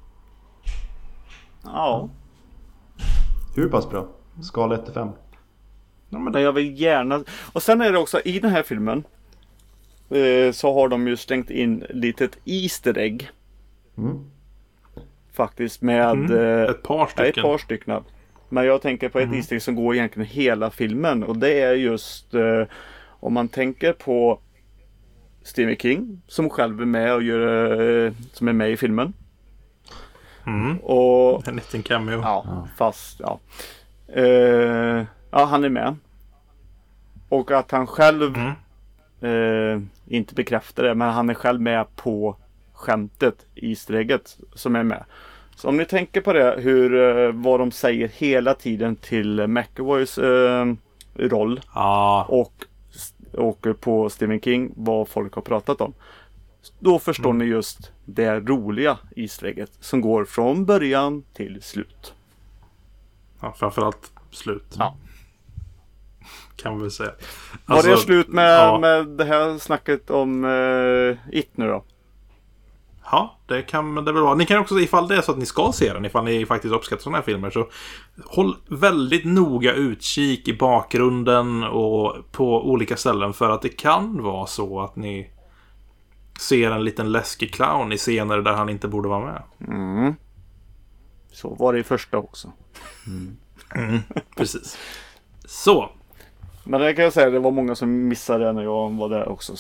Ja. Hur pass bra? Skala 1-5. Ja, men jag vill gärna... Och sen är det också i den här filmen så har de ju stängt in litet Easter egg. Faktiskt med... Ett par stycken. Ett par stycken. Men jag tänker på ett Easter egg som går egentligen hela filmen. Och det är just om man tänker på Stephen King som själv är med och gör som är med i filmen. Och, en liten cameo. Ja, fast ja. Han är med. Och att han själv inte bekräftar det, men han är själv med på skämtet i sträget som är med. Så om ni tänker på det, vad de säger hela tiden till McAvoys roll och på Stephen King, vad folk har pratat om. Då förstår ni just det roliga i sträget som går från början till slut. Ja, framförallt slut. Ja. Kan vi väl säga. Var det slut med det här snacket om It nu då? Ja, det kan det väl vara. Ni kan också, ifall det är så att ni ska se den, ifall ni faktiskt uppskattar sådana här filmer, så håll väldigt noga utkik i bakgrunden och på olika ställen, för att det kan vara så att ni ser en liten läskig clown i scener där han inte borde vara med. Så var det i första också. Precis. Så. Men det kan jag säga, det var många som missade det när jag var där också.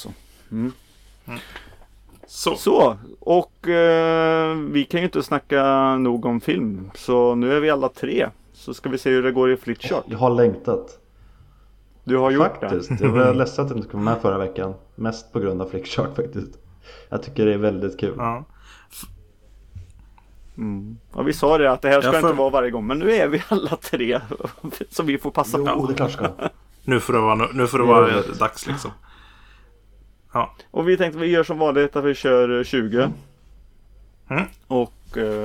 Så. Och vi kan ju inte snacka nog om film. Så nu är vi alla 3. Så ska vi se hur det går i Flickchart. Jag har längtat. Du har gjort faktiskt. det? Jag var ledsen att jag inte kom med förra veckan. Mest på grund av Flickchart faktiskt. Jag tycker det är väldigt kul. Ja. Ja, vi sa det att det här ska inte vara varje gång. Men nu är vi alla 3. Så vi får passa på. Jo, det klart ska. Nu får det vara dags liksom. Ja. Och vi tänkte vi gör som vanligt att vi kör 20. Och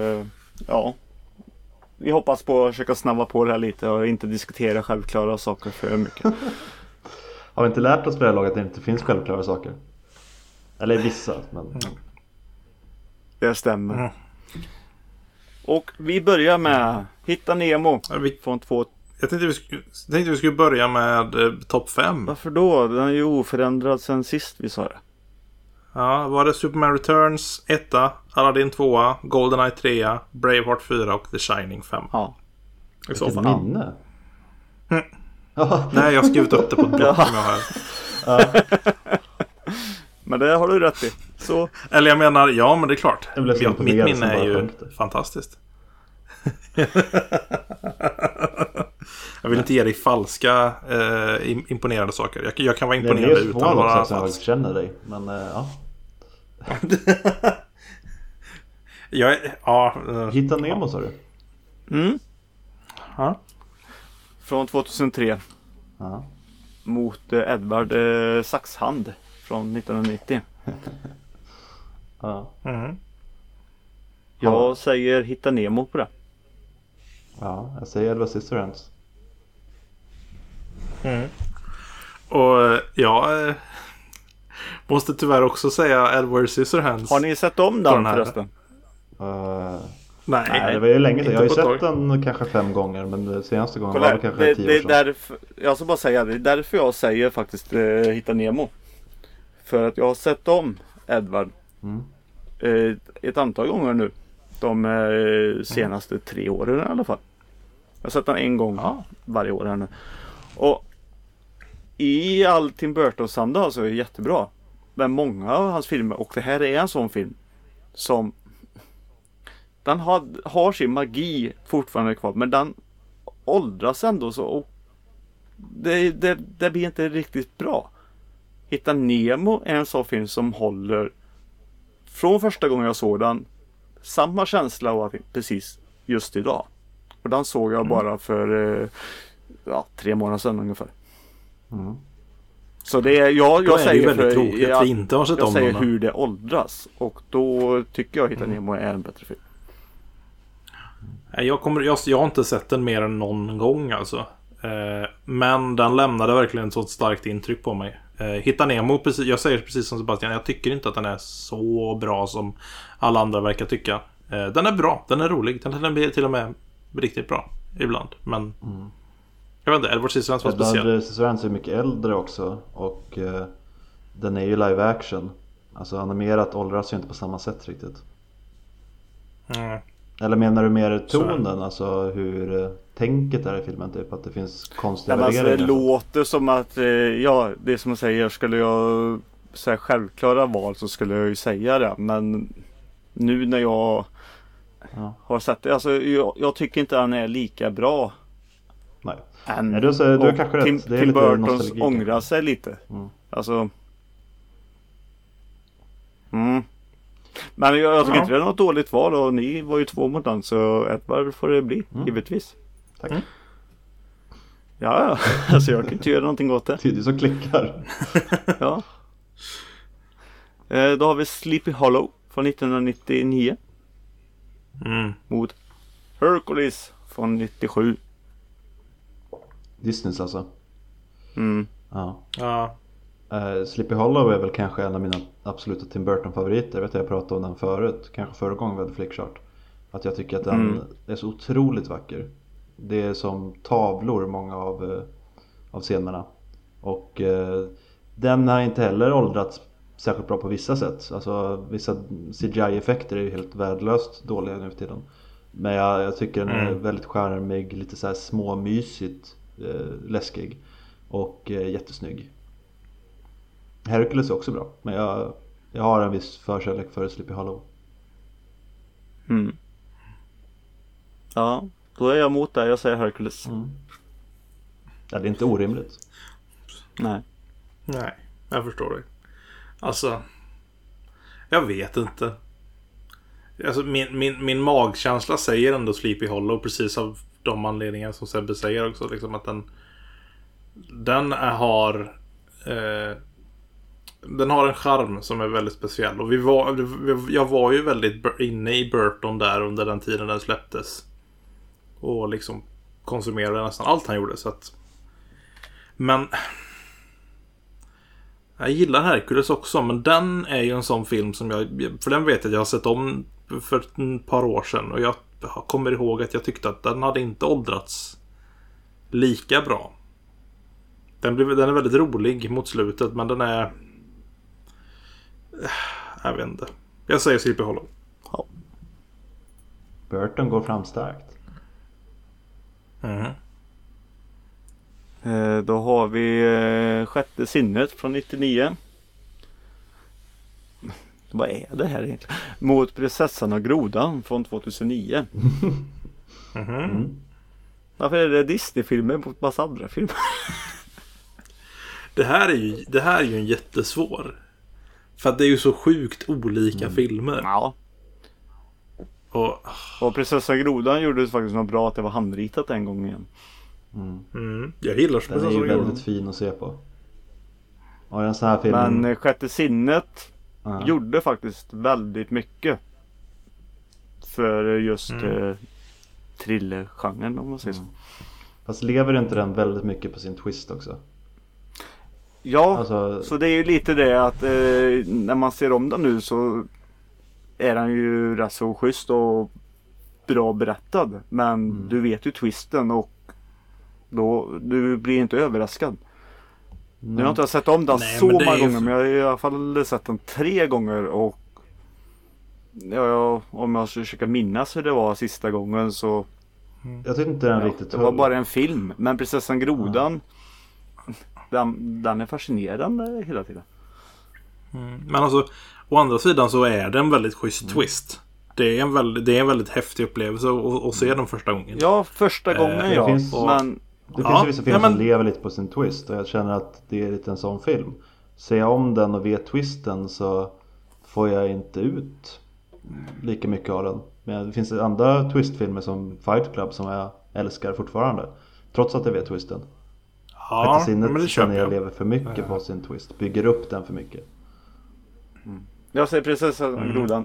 vi hoppas på att försöka snabba på det här lite och inte diskutera självklara saker för mycket. Har vi inte lärt oss på det här laget att det inte finns självklara saker? Eller vissa, men... Det stämmer. Och vi börjar med Hitta Nemo från 2. Jag tänkte vi skulle börja med topp 5. Varför då? Den är ju oförändrad sen sist vi sa det. Ja, var det Superman Returns 1, Aladdin 2, GoldenEye 3, Braveheart 4 och The Shining 5. Ja. I så fall. Minne. Nej, jag har skrivit upp det på ett block som jag har. Men det har du rätt i. Så. Eller jag menar, ja, men det är klart. Mitt minne är ju fantastiskt. Jag vill inte ge dig falska imponerande saker. Jag kan vara imponerad utan att vara falsk. Jag känner dig, men ja. Hitta Nemo, sa du? Från 2003. Ja. mot Edward Saxhand från 1990. Ja. Jag säger Hitta Nemo på det. Ja, jag säger Edward Scissorhands. Och jag måste tyvärr också säga Edward Scissorhands. Har ni sett om den förresten? Nej, det var ju länge sedan. Jag har ju sett den kanske 5 gånger, men det senaste gången var det kanske 10 år sedan. Jag ska bara säga, det är därför jag säger faktiskt Hitta Nemo. För att jag har sett om Edward ett antal gånger nu. De senaste 3 åren i alla fall. Jag har sett den en gång varje år här nu. Och i all Tim Burton-sanda alltså är jättebra. Men många av hans filmer, och det här är en sån film som den har sin magi fortfarande kvar, men den åldras ändå så, och det blir inte riktigt bra. Hitta Nemo är en sån film som håller från första gången jag såg den samma känsla av precis just idag. Och den såg jag bara för 3 månader sedan ungefär. Så det är jag säger väldigt tråkigt att vi inte har sett om säger hur det åldras, och då tycker jag Hitta Nemo är en bättre film. Jag har inte sett den mer än någon gång alltså. Men den lämnade verkligen ett så starkt intryck på mig. Hitta Nemo, jag säger precis som Sebastian, jag tycker inte att den är så bra som alla andra verkar tycka. Den är bra, den är rolig, den blir till och med riktigt bra ibland. Men jag vet inte, Edward Scissorhands var speciell. Edward Scissorhands är mycket äldre också, och den är ju live action. Alltså animerat åldras ju inte på samma sätt riktigt. Eller menar du mer tonen, alltså hur tänket är i filmen, typ att det finns konstiga värderingar? Det låter som att det är som jag säger, skulle jag säga självklara val så skulle jag ju säga det, men nu när jag har sett det, alltså jag tycker inte han är lika bra. Nej, du är kanske rätt. Det är Tim lite Burtons ångrar sig lite. Alltså men jag tycker inte det är något dåligt val, och ni var ju 2 mot den, så Edward får det bli, givetvis. Tack. Ja, alltså jag kan inte göra någonting åt det. Det är du som klickar. Ja. Då har vi Sleepy Hollow från 1999 mot Hercules från 97. Disneys alltså. Ja. Sleepy Hollow är väl kanske en av mina absoluta Tim Burton-favoriter. Jag pratade om den förut, kanske förra gången vi hade Flickchart. Att jag tycker att den är så otroligt vacker. Det är som tavlor, många av scenerna. Och den har inte heller åldrats särskilt bra på vissa sätt. Alltså vissa CGI-effekter är ju helt värdelöst dåliga nu för tiden. Men jag tycker den är väldigt charmig, lite så här småmysigt läskig och jättesnygg. Hercules är också bra, men jag har en viss förkärlek för Sleepy Hollow. Ja, då är jag emot det. Jag säger Hercules. Ja, det är inte orimligt. Nej, jag förstår det. Alltså, jag vet inte. Alltså, min magkänsla säger ändå Sleepy Hollow, precis av de anledningar som Sebbe säger också, liksom att den har en charm som är väldigt speciell. Och jag var ju väldigt inne i Burton där under den tiden den släpptes. Och liksom konsumerade nästan allt han gjorde. Så att... Men jag gillar Hercules också. Men den är ju en sån film som för den vet jag att jag har sett om för ett par år sedan. Och jag kommer ihåg att jag tyckte att den hade inte åldrats lika bra. Den är väldigt rolig mot slutet, men den är... Jag vet inte. Jag säger Sleepy Hollow. Ja. Burton går fram starkt. Då har vi Sjätte sinnet från 99. Vad är det här egentligen? Mot Prinsessan och grodan från 2009. Varför är det Disney-filmer mot massa andra filmer? Det här är ju en jättesvår. För att det är ju så sjukt olika filmer. Ja. Och Prinsessan och grodan gjorde det faktiskt något bra att det var handritat en gång igen. Jag gillar den är ju väldigt fin att se på. Och en sån här film... Men Sjätte sinnet gjorde faktiskt väldigt mycket för just thrillergenren, om man säger så. Fast lever inte den väldigt mycket på sin twist också? Ja, alltså... så det är ju lite det att när man ser om den nu så är den ju rätt så schysst och bra berättad. Men du vet ju twisten och då, du blir inte överraskad. Nu har inte sett om den så många gånger, men jag har i alla fall sett den 3 gånger och om jag ska försöka minnas hur det var sista gången så jag tycker inte den riktigt det var bara en film, men Prinsessan Grodan den är fascinerande hela tiden. Men alltså å andra sidan så är det en väldigt schysst twist. Det är en väldigt häftig upplevelse att se den första gången. Ja, första gången men det finns ju vissa filmer som lever lite på sin twist och jag känner att det är lite en sån film. Ser jag om den och vet twisten så får jag inte ut lika mycket av den. Men det finns andra twistfilmer som Fight Club som jag älskar fortfarande. Trots att jag vet twisten. Ja, men det känner jag lever för mycket på sin twist. Bygger upp den för mycket. Jag säger Prinsessan Grodan.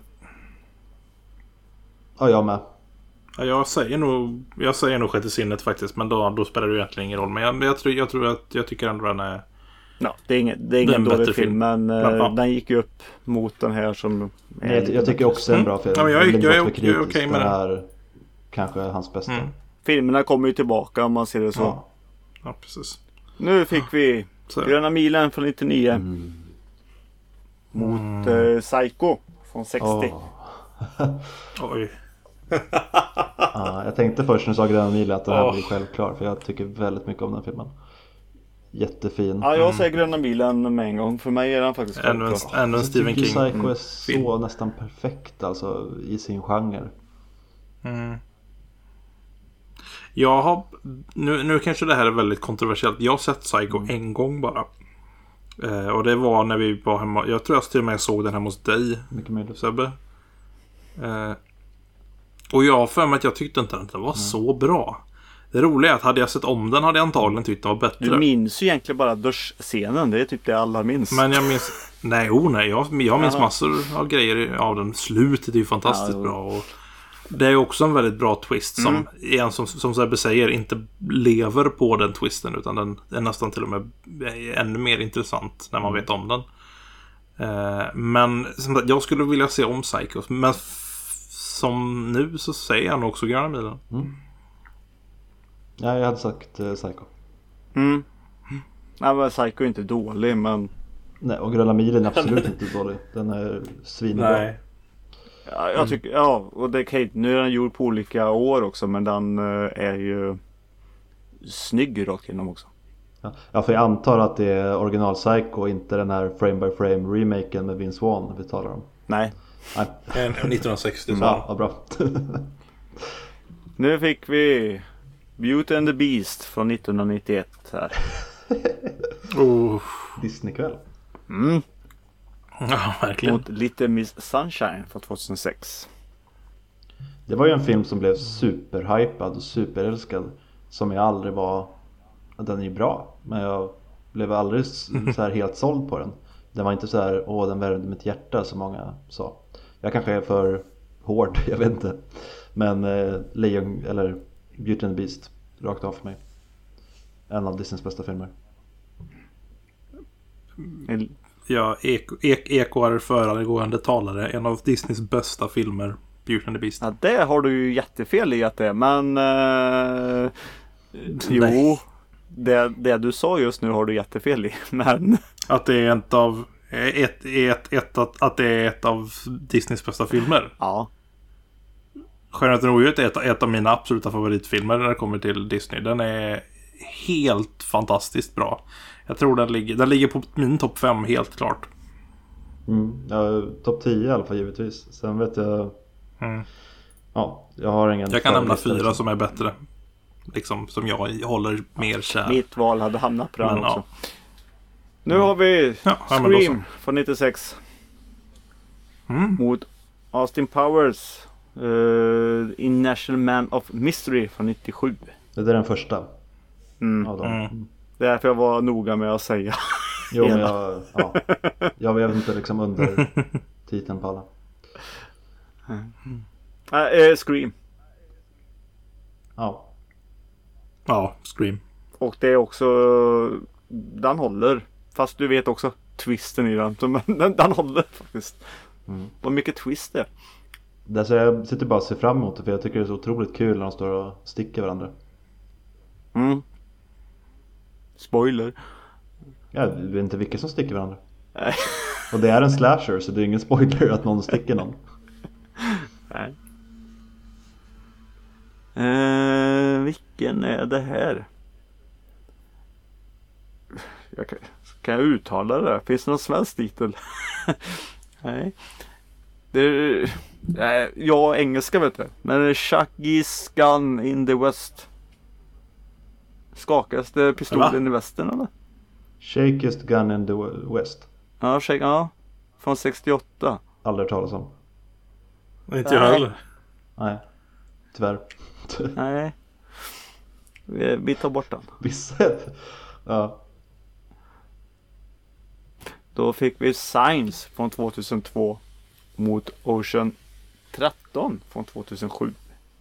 Ja, jag med. Ja, jag säger nog Sjätte sinnet faktiskt, men då spelar det ju egentligen ingen roll. Men jag tycker ändå den är... Ja, det är ingen dålig film, men den gick ju upp mot den här som... Jag tycker också en bra film. Ja, jag är okej med den här kanske hans bästa. Filmerna kommer ju tillbaka om man ser det så. Ja precis. Nu fick vi Gröna milen från 99 mot Psycho från 60. Oj. Jag tänkte först när du sa Gröna milen att den här blir självklar, för jag tycker väldigt mycket om den filmen. Jättefin. Ja, jag säger Gröna milen med en gång. För mig är den faktiskt självklar. Ännu en Stephen King. Psycho är så nästan perfekt alltså i sin genre. Jag har nu kanske det här är väldigt kontroversiellt. Jag har sett Psycho en gång bara. Och det var när vi var hemma. Jag tror jag till och med såg den här hos dig, Sebbe. Och jag för mig att jag tyckte inte att den var så bra. Det roliga är att hade jag sett om den hade jag antagligen tyckt den var bättre. Du minns ju egentligen bara duschscenen. Det är typ det alla minns. Men jag minns... Nej, jag minns massor av grejer av den. Slutet är ju fantastiskt bra. Och det är också en väldigt bra twist som Sebbe säger inte lever på den twisten, utan den är nästan till och med ännu mer intressant när man vet om den. Men jag skulle vilja se om Psycho. Men som nu så säger jag nog också Gröna milen. Ja, jag hade sagt Psycho. Nej, men Psycho är inte dålig, men... Nej, och Gröna milen är absolut inte dålig. Den är svinbra. Nej. Ja, jag tycker, och det kan, nu är den gjord på olika år också, men den är ju snygg rakt igenom också. Ja, för jag antar att det är original Psycho, inte den här frame by frame remaken med Vince Vaughn vi talar om. Nej. 1960. Ja, bra. Nu fick vi Beauty and the Beast från 1991 här. Disneykväll. Ja, verkligen. Mot Little Miss Sunshine från 2006. Det var ju en film som blev superhypad och superälskad, som jag aldrig var... Den är ju bra, men jag blev aldrig så här helt såld på den. Den var inte så här, den värmde mitt hjärta som många sa. Jag kanske är för hård, jag vet inte. Men Lejon, eller Beauty and the Beast, rakt av för mig. En av Disneys bästa filmer. Ja, Eko är föregående talare. En av Disneys bästa filmer, Beauty and the Beast. Ja, det har du ju jättefel i att det är. Men jo, det du sa just nu har du jättefel i. Men att det är ett av Disneys bästa filmer. Ja. Skönheten och odjuret är ett av mina absoluta favoritfilmer när det kommer till Disney. Den är helt fantastiskt bra. Jag tror den ligger på min topp 5 helt klart. Ja, topp 10 i alla fall givetvis. Sen vet jag... Ja, jag har ingen... Jag kan nämna 4 som är bättre. Liksom, som jag håller mer kär. Mitt val hade hamnat på den också. Ja. Nu har vi Scream från 96. Mot Austin Powers In National Man of Mystery från 97. Det är den första. av dem. Det är därför jag var noga med att säga. Jo, men jag vet inte liksom under titeln på alla. Scream. Ja. Ja, Scream. Och det är också, den håller. Fast du vet också twisten i den. Men den håller faktiskt. Vad mycket twist det är. Därför jag sitter bara och ser fram emot det, för jag tycker det är så otroligt kul när de står och sticker varandra. Spoiler. Jag vet inte vilka som sticker varandra. Nej. Och det är en slasher, så det är ingen spoiler att någon sticker någon. Nej. Vilken är det här? Kan jag uttala det? Finns det någon svensk titel? Nej. Ja, engelska vet du. Men det är Shaggy's Gun in the West. Skakaste pistolen i västern eller? Shakest Gun in the West. Ja, från 68. Aldrig talas om. Inte jag heller. Nej, tyvärr. Nej. Vi tar bort den. Vissa. Ja. Då fick vi Signs från 2002 mot Ocean 13 från 2007.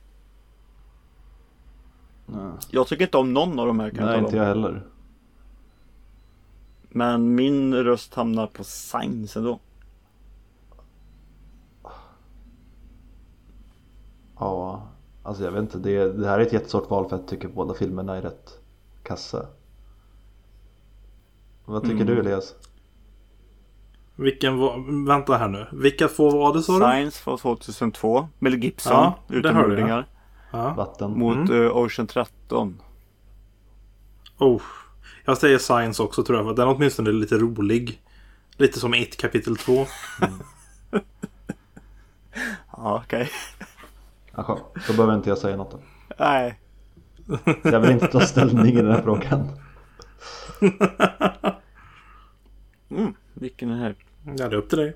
Jag tycker inte om någon av de här. Nej, inte jag heller. Men min röst hamnar på Signs ändå. Ja, alltså jag vet inte. Det här är ett jättesvårt val, för jag tycker båda filmerna är rätt kassa. Vad tycker du, Elias? Vänta här nu. Vilka två var det, så du? Signs från 2002. Mel Gibson, utomjordingar. Ja. Vatten. Mot Ocean 13. Jag säger Signs också, tror jag. För den åtminstone är lite rolig. Lite som It kapitel 2. Ja, okej. Jaha, då behöver inte jag säga något då. Nej. Jag vill inte ta ställning i den här frågan. Vilken är det här? Ja, det är upp till dig.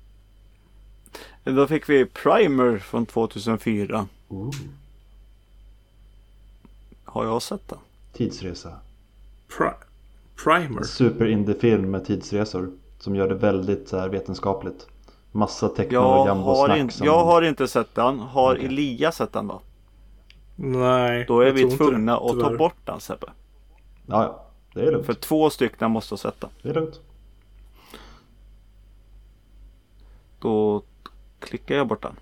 Då fick vi Primer från 2004. Har jag sett den? Tidsresa. Primer. Super indie-film med tidsresor som gör det väldigt så här vetenskapligt. Massa techno och jumbo-snack. Jag har inte sett den. Har Elias sett den då? Nej. Då är vi tvungna att ta bort den, Sebbe. Ja, det är lugnt. För 2 stycken måste ha sett den. Det är lugnt. Då klickar jag bort den.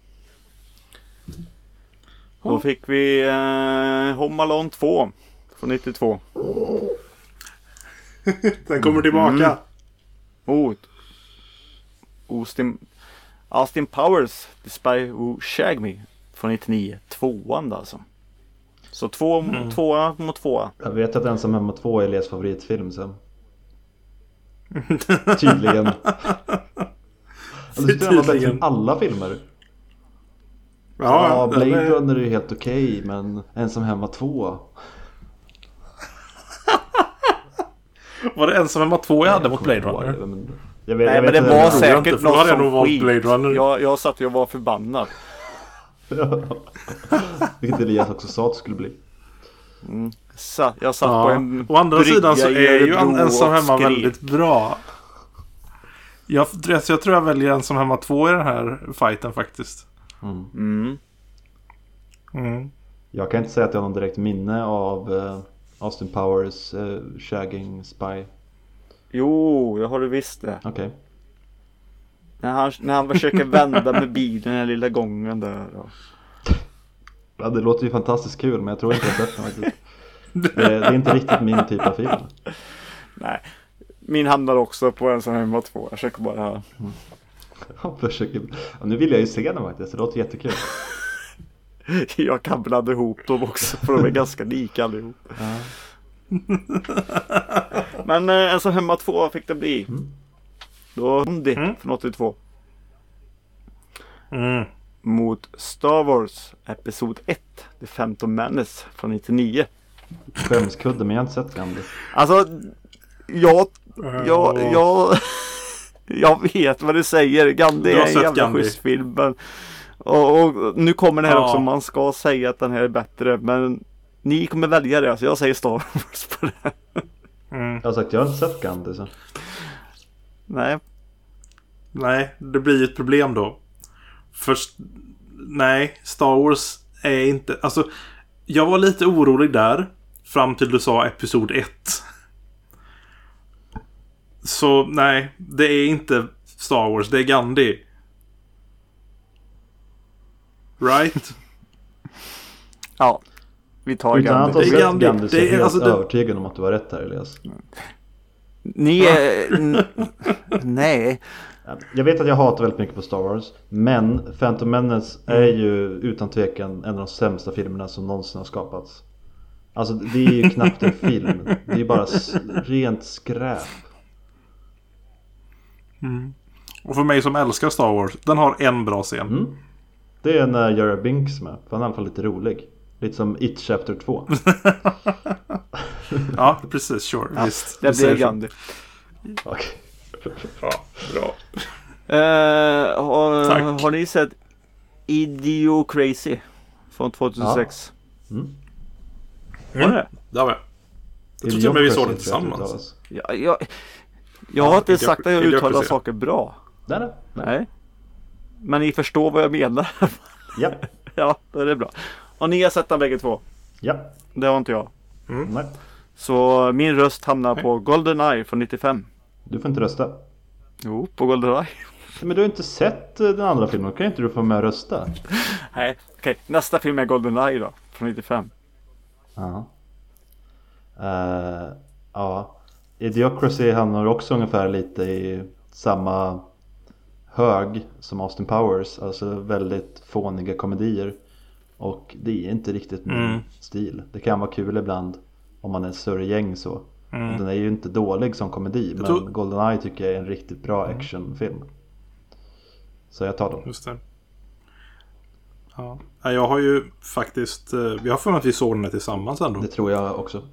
Då fick vi Home Alone 2 från 92. Den kommer tillbaka. Austin Powers, The Spy Who Shagged Me från 99. 2:an alltså. Så 2 mot 2. Jag vet att Ensam hemma 2 är Elias favoritfilm sen. Tydligen. Alltså, den var bättre än alla filmer. Ja, Blade Runner är ju helt okej, men Ensam hemma 2. Var det Ensam hemma 2 jag hade mot Blade Runner? Men det var säkert något som skit. Blade Runner. Jag satt och var förbannad. Vilket Elias också sa att det skulle bli. Jag satt på en å andra sidan så är ju Ensam hemma skrev. väldigt bra. Jag tror jag väljer Ensam hemma 2 i den här fighten faktiskt. Jag kan inte säga att jag har någon direkt minne av Austin Powers shagging Spy. Jo, jag har det visst det. Okej. När han försöker vända med bilen den här lilla gången där. Ja, det låter ju fantastiskt kul, men jag tror inte jag har sett den faktiskt. Det är inte riktigt min typ av film. Nej, min hamnar också på Ensam hemma 2. Jag försöker bara... Nu vill jag ju se den faktiskt, det låter jättekul. Jag kan blanda ihop dem också, för de är ganska lika allihop. Ja. Men Ensam hemma 2 fick det bli. Då kom det från 82. Mot Star Wars Episod 1, The Phantom Menace från 99. Skämskudde, men jag har inte sett Gandhi. Alltså, jag vet vad du säger. Gandhi är en jävla schysst film. Och nu kommer det här också. Man ska säga att den här är bättre. Men Ni kommer välja det, så jag säger Star Wars på det. Jag har sagt, jag har inte sett Gandhi så. Nej, det blir ett problem då. Först, nej, Star Wars är inte... Alltså, jag var lite orolig där fram till du sa episod 1. Så nej, det är inte Star Wars, det är Gandhi. Right? Ja, vi tar Utan att Gandhi. ha sett Gandhi så Det är helt alltså övertygad om att du har rätt här, Elias. Ni är... Nej. Jag vet att jag hatar väldigt mycket på Star Wars, men Phantom Menace är ju utan tvekan en av de sämsta filmerna som någonsin har skapats. Alltså det är ju knappt en film. Det är ju bara rent skräp. Och för mig som älskar Star Wars, den har en bra scen. Det är när Jar Binks med, för han är i alla fall lite rolig. Lite som It Chapter 2. Ja, precis, sure. Ja, visst. Det blir Gandhi. Okay. Ja, bra. Har ni sett Idiocrazy från 2006? Ja. Var det? Det har vi. Jag tror till och med vi såg det tillsammans. Jag har inte sagt att jag uttalar saker bra. Nej. Men ni förstår vad jag menar. Ja. Ja, då är det bra. Och ni har sett den bägge två? Ja. Det har inte jag. Nej. Så min röst hamnar på GoldenEye från 95. Du får inte rösta. Jo, på GoldenEye. Men du har inte sett den andra filmen. Kan inte du få med och rösta? Nej, okej. Nästa film är GoldenEye då, från 95. Ja. Ja. Idiocracy hamnar också ungefär lite i samma hög som Austin Powers. Alltså väldigt fåniga komedier. Och det är inte riktigt min stil. Det kan vara kul ibland om man är ett större gäng så. Den är ju inte dålig som komedi, men GoldenEye tycker jag är en riktigt bra actionfilm. Så jag tar den. Just det. Ja. Jag har ju faktiskt... Jag har för mig att vi såg den tillsammans ändå. Det tror jag också.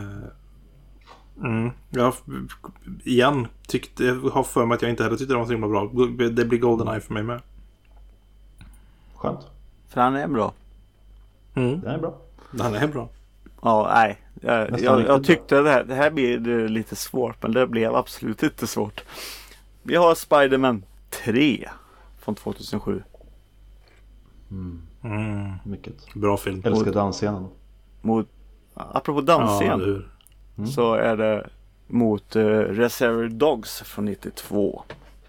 Jag igen har för mig att jag inte heller tyckte det var så himla bra. Det blir GoldenEye för mig med. Skönt. För han är bra. Den är bra. Den är bra. Ja, nej. Jag tyckte det här blir lite svårt, men det blev absolut inte svårt. Vi har Spider-Man 3 från 2007. Mycket. Bra film. Älskar dansscenen. Apropå dansscen så är det mot Reservoir Dogs från 92.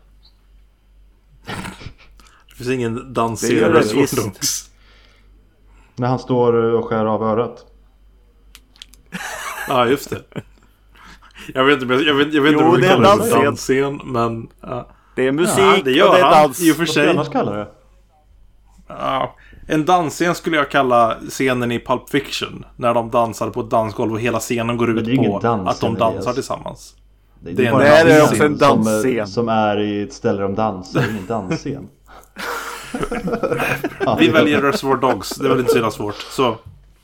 Det finns ingen dansscen i Reservoir Dogs. När han står och skär av örat. Ja, just det. Jag vet inte vad vi kallar det för dansscen, men... Det är musik det gör och det är dans. I och för sig. Vad ska kallar det? Ja, en dansscen skulle jag kalla scenen i Pulp Fiction. När de dansar på ett dansgolv och hela scenen går ut på att de dansar tillsammans. Det är också en dansscen. Som är i ett ställe de dansar, ingen dansscen. Vi väljer Reservoir Dogs. Det är väl inte så jävla svårt. Så.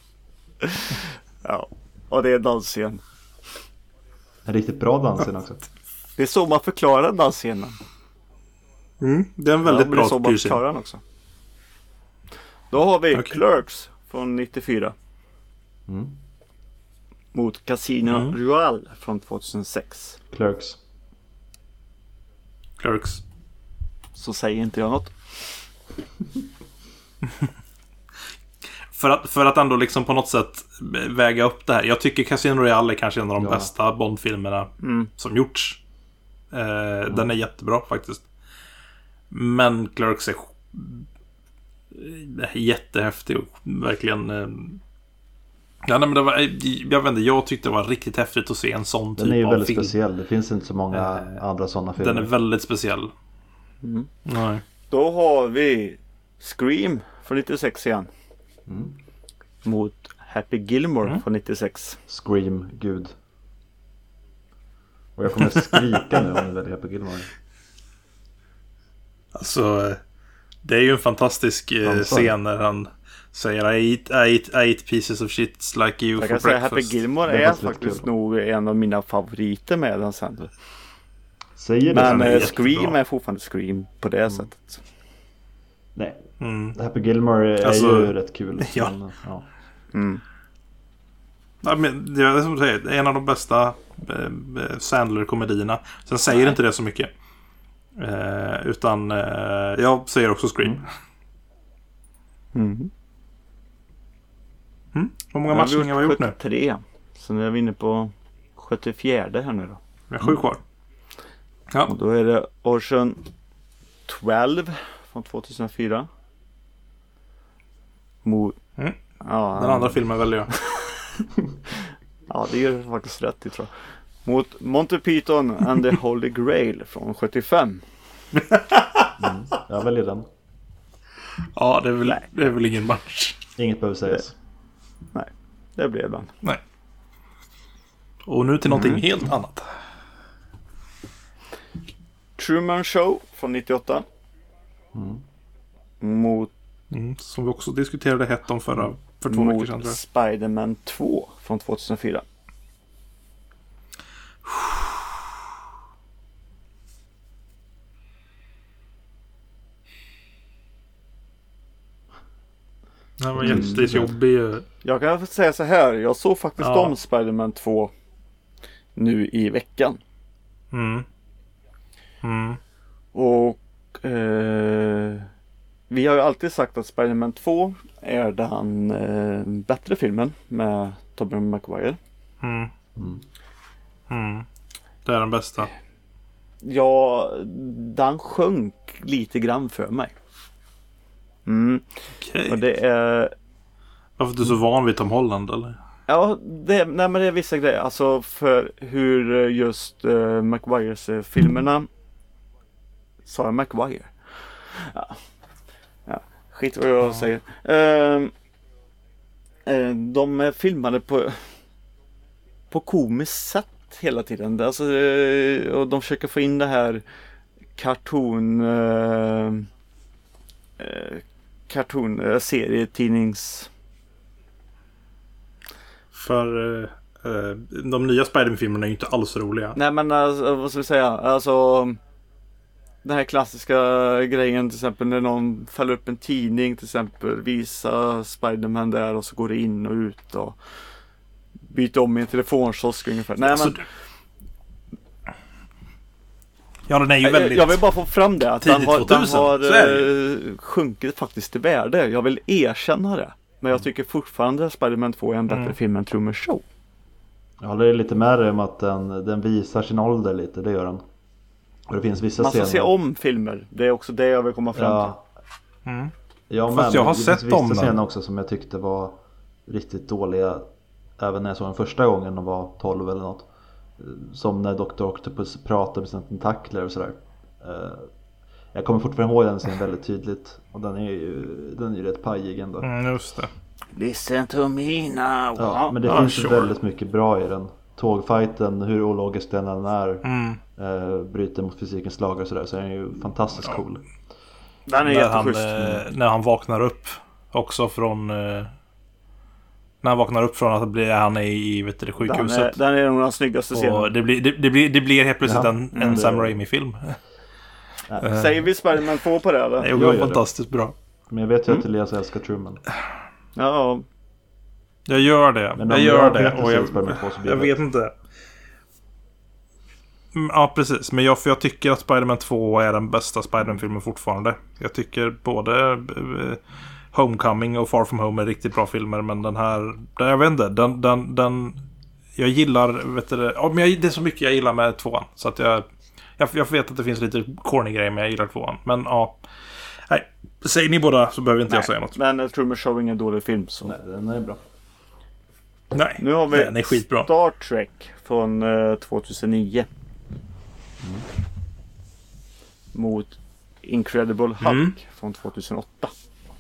Ja, och det är dansscen. En riktigt bra dansscen också. Det är så man förklarar dansscenen. Det är en väldigt bra det är så man förklarar den också. Då har vi Clerks från 94. Mot Casino Royale från 2006. Clerks. Så säger inte jag något. För att ändå liksom på något sätt väga upp det här. Jag tycker Casino Royale är kanske en av de bästa Bond-filmerna som gjorts. Den är jättebra faktiskt. Men Clerks är jättehäftig och verkligen... Ja, nej, men det var, jag vet inte, jag tyckte det var riktigt häftigt att se en sån typ av film. Den är ju väldigt speciell. Det finns inte så många andra sådana filmer. Den är väldigt speciell. Nej. Då har vi Scream från 96 igen. Mot Happy Gilmore från 96. Scream, gud. Och jag kommer skrika nu om jag väljer Happy Gilmore. Alltså, det är ju en fantastisk scen när han säger I eat pieces of shit like you jag for kan säga breakfast. Happy Gilmore är faktiskt nog en av mina favoriter med den sen. Säger det. Men Scream är fortfarande Scream på det sättet. Nej. Happy Gilmore är ju rätt kul. Ja. Ja, men det är som du säger, en av de bästa Sandler-komedierna. Sen säger inte det så mycket. Utan jag säger också Scream. Hur många matchningar har vi gjort nu? 73. Så nu är vi inne på 74 här nu då. Vi har 7 kvar. Ja. Och då är det Ocean 12 från 2004. Ja, den andra filmen väljer jag. Ja, det gör faktiskt rätt i, tror jag. Mot Monty Python and the Holy Grail från 75. Jag väljer den. Ja, det är väl ingen match. Inget behöver sägas. Nej, det blev den. Nej. Och nu till någonting helt annat. Truman Show från 98. Mot som vi också diskuterade hett om för 2 veckor sedan. Spider-Man 2 från 2004. Det var jättejobbig. Jag kan säga så här. Jag såg faktiskt om Spider-Man 2 nu i veckan. Och vi har ju alltid sagt att Spider-Man 2 är den bättre filmen med Tobey Maguire. Det är den bästa. Ja, den sjönk lite grann för mig. Okej. Och det är... Varför är du så van vid Tom Holland, eller? Ja, men det är vissa grejer. Alltså för hur just Maguires filmerna... Sa jag Maguire? Ja. Skit vad jag säger. De är filmade på komiskt sätt hela tiden. Alltså, och de försöker få in det här serietidnings... För de nya Spider-Man-filmerna är ju inte alls roliga. Nej, men alltså, vad ska vi säga? Alltså... Den här klassiska grejen, till exempel när någon fäller upp en tidning, till exempel visa Spider-Man där och så går det in och ut och byter om i en telefonkiosk ungefär. Nej, alltså, men... Ja, den är ju väldigt... Jag vill bara få fram det, att den har sjunkit faktiskt i värde. Jag vill erkänna det. Men jag tycker fortfarande att Spider-Man 2 är en bättre film än Truman Show. Jag håller lite med dig om att den visar sin ålder lite, det gör den. Och det finns vissa man ska scener. Se om filmer. Det är också det jag vill komma fram till. Ja, fast jag har sett vissa scener också som jag tyckte var riktigt dåliga. Även när jag såg den första gången och var 12 eller något. Som när Dr. Octopus pratar med sina tentakler och sådär. Jag kommer fortfarande ihåg den scenen väldigt tydligt. Och den är ju rätt pajig ändå. Just det. Listen to me now. Ja, men det finns väldigt mycket bra i den. Tågfighten, hur ologisk den är, bryter mot fysikens lagar och sådär, så är den ju fantastiskt cool. Den är jätteschysst. När han vaknar upp också från när han vaknar upp från att han är i sjukhuset. Den är nog den snyggaste scenen. Det blir helt plötsligt en Sam Raimi-film. Säger vi Spider-Man 2 på det, eller? Det var fantastiskt bra. Men jag vet ju att Elias älskar Truman. Ja. Jag gör det. Och jag vet inte. Ja, precis. Men jag tycker att Spider-Man 2 är den bästa Spider-Man-filmen fortfarande. Jag tycker både Homecoming och Far From Home är riktigt bra filmer. Men den här, jag vet inte, den jag gillar, men det är så mycket jag gillar med 2. Så att jag vet att det finns lite corny grejer, men jag gillar 2. Men ja, nej, säger ni båda så behöver inte jag säga något. Men Truman Show är ingen dålig film, så. Nej, den är bra. Nej, nu har vi den är skitbra. Star Trek från 2009 mot Incredible Hulk från 2008.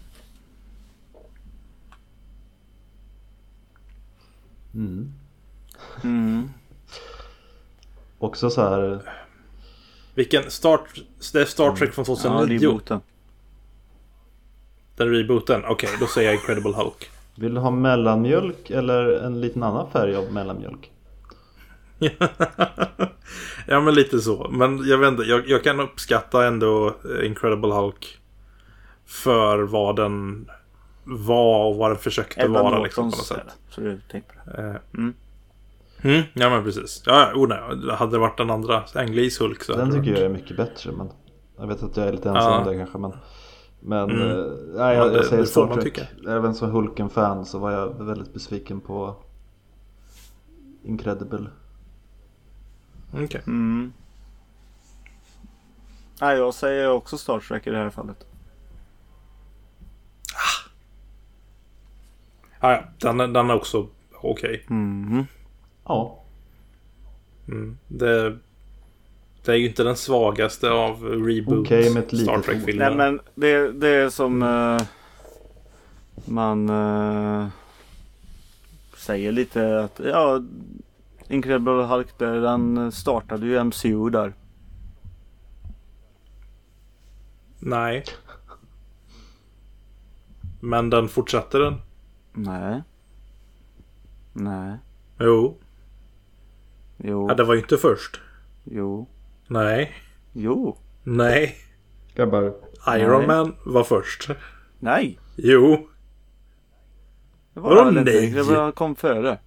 Också så här. Vilken Star Trek från 2009? Ja, rebooten. Den rebooten? Okej, då säger jag Incredible Hulk. Vill du ha mellanmjölk eller en liten annan färg av mellanmjölk? Ja, men lite så. Men jag vet inte, jag kan uppskatta ändå Incredible Hulk för vad den var och vad den försökte vara liksom, på något sätt. Så du tänker på det. Ja men precis. Nej, hade det varit den andra Ang-Lees Hulk så den tycker jag är mycket bättre, men jag vet att jag är lite ensam om det kanske, men nej, jag säger Star Trek. Även som Hulken-fan så var jag väldigt besviken på Incredible. Okej. Nej, jag säger också Star Trek i det här fallet. Ja, den är också okej. Ja. Det är ju inte den svagaste av reboot Star Trek-filmer. Nej, men det är som man säger lite att Incredible Hulk där, den startade ju MCU där. Nej. Men den fortsatte den? Nej. Jo. Ja, det var ju inte först. Jo. Nej. Jo. Nej. Grabbar. Iron Man var först. Nej. Jo. Det var nej. Det kom före.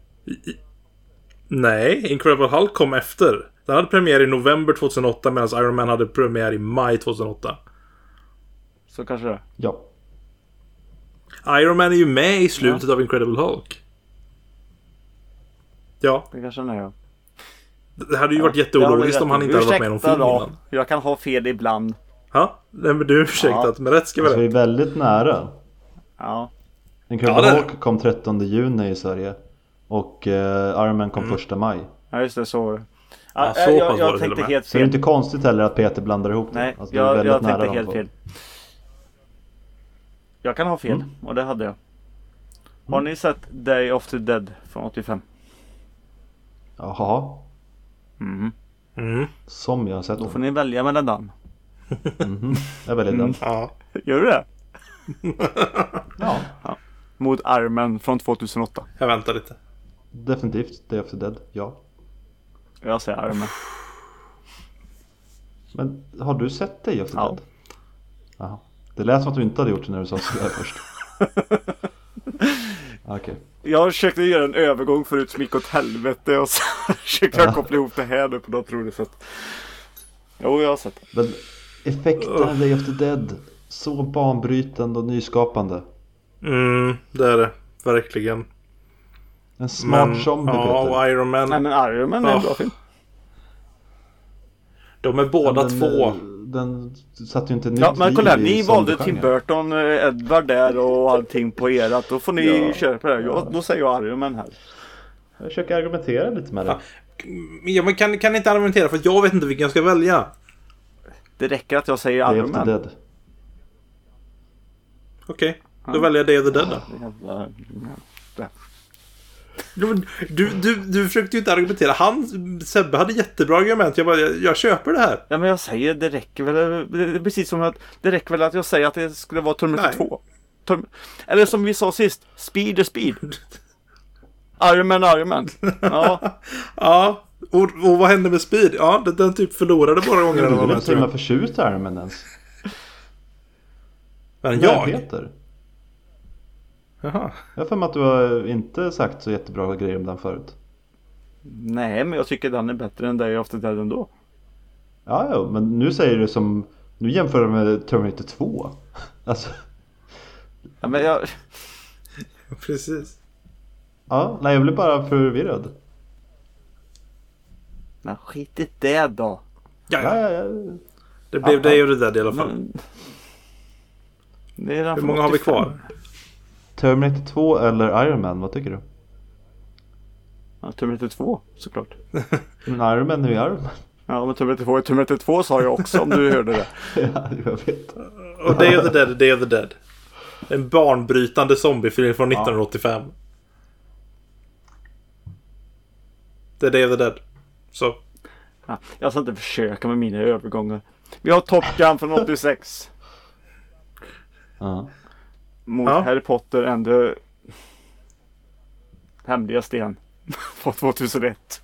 Nej, Incredible Hulk kom efter. Den hade premiär i november 2008 medan Iron Man hade premiär i maj 2008. Så kanske det. Ja. Iron Man är ju med i slutet av Incredible Hulk. Ja. Det kanske är, Det hade ju varit jätteologiskt om han inte hade varit med i någon film innan. Jag kan ha fel ibland. Ja, nej men du ursäktat. Men rätt ska vara rätt. Vi är väldigt nära. Ja. Incredible Hulk kom 13 juni i Sverige. Och Iron Man kom 1 maj. Ja, just det, så. Jag tänkte helt fel. Så det är inte konstigt heller att Peter blandar ihop det. Nej, alltså, jag tänkte helt fel. Jag kan ha fel, och det hade jag. Har ni sett Day of the Dead från 85? Jaha. Som jag har sett. Då får ni välja mellan den. Jag väljer den. Ja. Gör du det? Ja. Mot Armen från 2008. Jag väntar lite. Definitivt Day of the Dead, ja. Jag säger Armen. Men har du sett Day of the Dead? Jaha. Det lät som att du inte hade gjort det när du sa så där först. Okej. Jag försökte göra en övergång förut som gick åt helvete och så försökte jag koppla ihop det här nu på något roligt sätt. Jo, jag har sett det. Men effekten av Day of the Dead, så banbrytande och nyskapande. Det är det. Verkligen. En smart zombie, Peter. Och Iron Man. Nej, men Iron Man är en bra film. De är båda två. Den satt ju inte nytt Ja, men kolla här, ni valde zombie-genren. Tim Burton, Edward där och allting på erat. Då får ni köra på det här. Då säger jag Iron Man här. Jag försöker argumentera lite med det. Ja, men kan inte argumentera för att jag vet inte vilken jag ska välja. Det räcker att jag säger Iron Man. Day of the Dead. Okej, då väljer jag Day of the Dead då. Du försökte ju inte argumentera. Sebbe hade jättebra argument. Jag köper det här. Ja, men jag säger det räcker väl. Det är precis som att det räcker väl att jag säger att det skulle vara Terminator 2. Eller som vi sa sist, Speed är Speed. Iron Man. Ja. Ja. Och vad hände med Speed? Ja, den typ förlorade bara gånger. Du är inte så förtjust Iron Man ens. Men jag? Peter. Jaha. Jag för mig att du har inte sagt så jättebra grejer om den förut. Nej, men jag tycker den är bättre än Day of the Dead ändå. Ja, men nu säger du som... Nu jämför du med Terminator 2. Alltså... Ja, men jag... Precis. Ja, nej, jag blir bara förvirrad. Men skit i det då. Ja. Det blev Day of the Dead i alla fall. Men... Hur många har vi kvar? Terminator 2 eller Iron Man, vad tycker du? Ja, Terminator 2, såklart. Men Iron Man är ju Iron Man. Ja, men Terminator 2 sa jag också, om du hörde det. Ja, jag vet. Och Day of the Dead, Day of the Dead. En barnbrytande zombiefilm från 1985. Det är Day of the Dead. Så. Ja, jag ska inte försöka med mina övergångar. Vi har Top Gun från 86. Mot Harry Potter and the hemliga sten på 2001.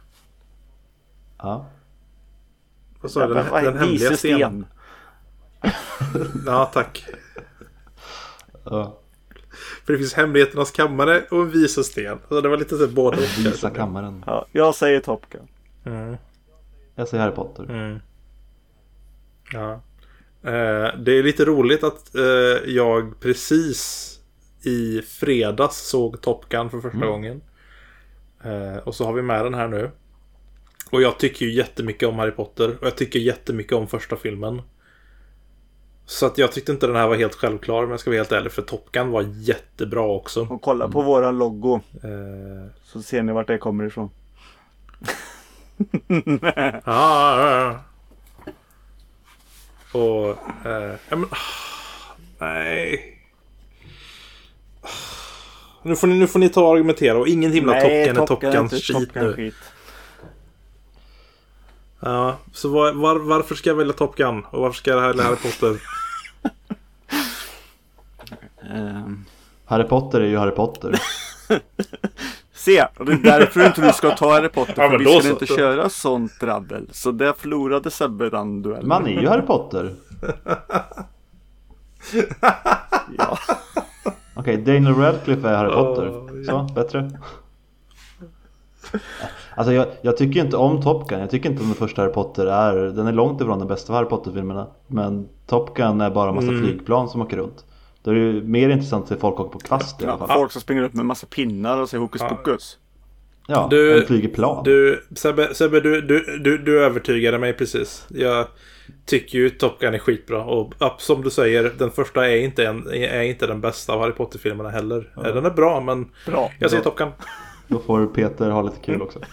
Ja. Vad sa du? Den hemliga sten. Ja, tack. För det finns hemligheternas kammare och en visa sten. Så det var lite så båda. Visa kammaren. Ja, jag säger Top Gun. Jag säger Harry Potter. Ja. Det är lite roligt att jag precis i fredags såg Top Gun för första gången. Och så har vi med den här nu. Och jag tycker ju jättemycket om Harry Potter. Och jag tycker jättemycket om första filmen. Så att jag tyckte inte den här var helt självklar. Men jag ska vara helt ärlig, för Top Gun var jättebra också. Och kolla på våran logo. Så ser ni vart det kommer ifrån. Ja. Och nej. Nu får ni ta och argumentera. Och ingen himla Top Gun är Top Guns skit nu. Skit. Ja, så varför ska jag välja Top Gun? Och varför ska jag välja Harry Potter? Harry Potter är ju Harry Potter. Se, och det är därför inte du ska ta Harry Potter. För vi ska inte köra sånt drabbel. Så där förlorade Sebbe den duellen. Man är ju Harry Potter. Ja. Okej, Daniel Radcliffe är Harry Potter. Så, bättre. Alltså jag tycker inte om Top Gun. Jag tycker inte om den första Harry Potter den är långt ifrån den bästa Harry Potter-filmerna. Men Top Gun är bara en massa flygplan som åker runt. Då är det ju mer intressant att se folk åka på kvast i alla fall. Folk som springer upp med massa pinnar och ser hokus pokus. Ja, en flyger plan. Sebbe, du övertygade mig precis. Jag tycker ju Top Gun är skitbra. Och som du säger, den första är inte den bästa av Harry Potter-filmerna heller. Ja. Den är bra, men jag säger Top Gun. Då får Peter ha lite kul också.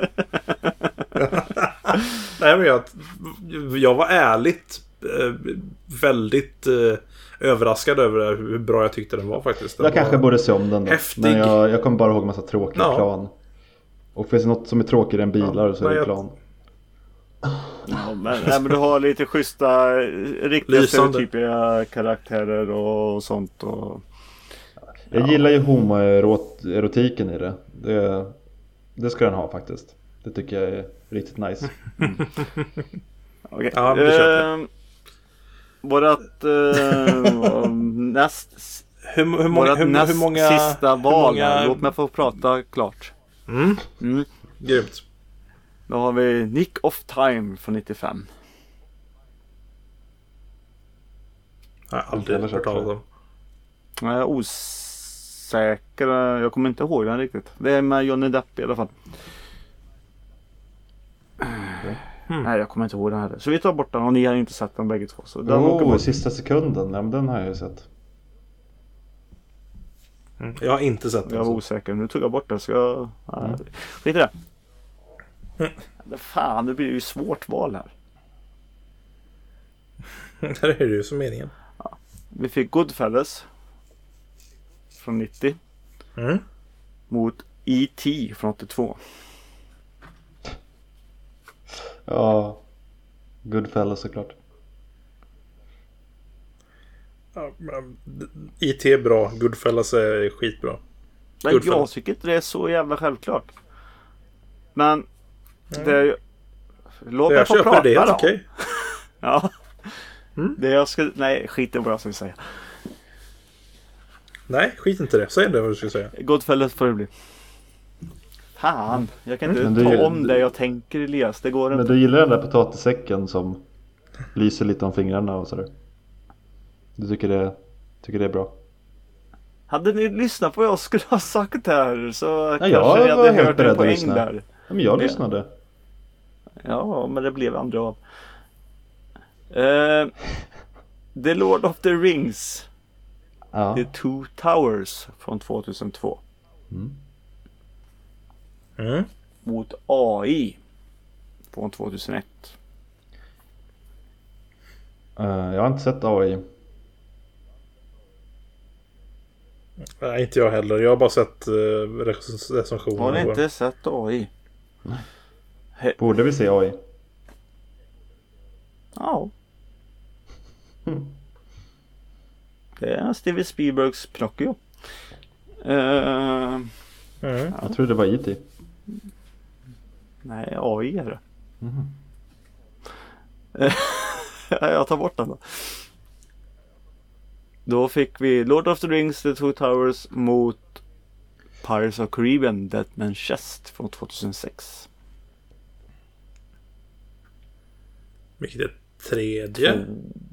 Nej, men jag var ärligt väldigt överraskad över hur bra jag tyckte den var faktiskt. Jag kanske borde se om den då. Häftig. Men jag kommer bara ihåg massa tråkiga plan. Och finns det något som är tråkigare än bilar så är det plan. Ja, men du har lite schyssta, riktiga stereotypiga karaktärer och sånt. Och jag gillar ju homoerotiken i det. Det ska den ha faktiskt. Det tycker jag är riktigt nice. Okej. Ja, det köper jag. Vårat hur många sista val. Låt mig få prata klart. Grymt. Då har vi Nick of Time från 95. Jag har aldrig hört talas om. Jag är osäker. Jag kommer inte ihåg den riktigt. Det är med Johnny Depp i alla fall. Nej, jag kommer inte ihåg den här. Så vi tar bort den och ni har inte sett den bägge två. Så den sista sekunden. Ja, den har jag ju sett. Jag har inte sett den. Jag var osäker. Nu tog jag bort den. Så skit i det. Fan, det blir ju svårt val här. Det är ju som meningen. Ja. Vi fick Goodfellas från 90 mot E.T. från 82. Ja, Goodfellas såklart. Ja, E.T. är bra, Goodfellas är skitbra. Men jag tycker inte det är så jävla självklart. Men det är ju... Låt mig få prata det, då. Okay. Ja. Det jag ska... Nej, skit i vad jag ska säga. Nej, skit inte det. Säg det vad du ska säga. Goodfellas får det bli. Fan, jag kan inte ta om det jag tänker, Elias. Det går inte. Men du gillar den där potatissäcken som lyser lite om fingrarna och sådär. Du tycker det är bra. Hade ni lyssnat på vad jag skulle ha sagt här så kanske jag hade hört en poäng lyssna. där. Ja, men jag lyssnade. Ja, men det blev andra av. The Lord of the Rings. Ja. The Two Towers från 2002. Mot AI från 2001. Jag har inte sett AI. Nej, inte jag heller. Jag har bara sett recensioner. Har ni inte sett AI? Nej. Borde vi se AI? Ja. Det är Steven Spielbergs Pinocchio. Jag tror det var IT. Nej, AI är det. Jag tar bort den då. Då fick vi Lord of the Rings, The Two Towers mot Pirates of Caribbean, Dead Man's Chest från 2006. Vilket är tredje?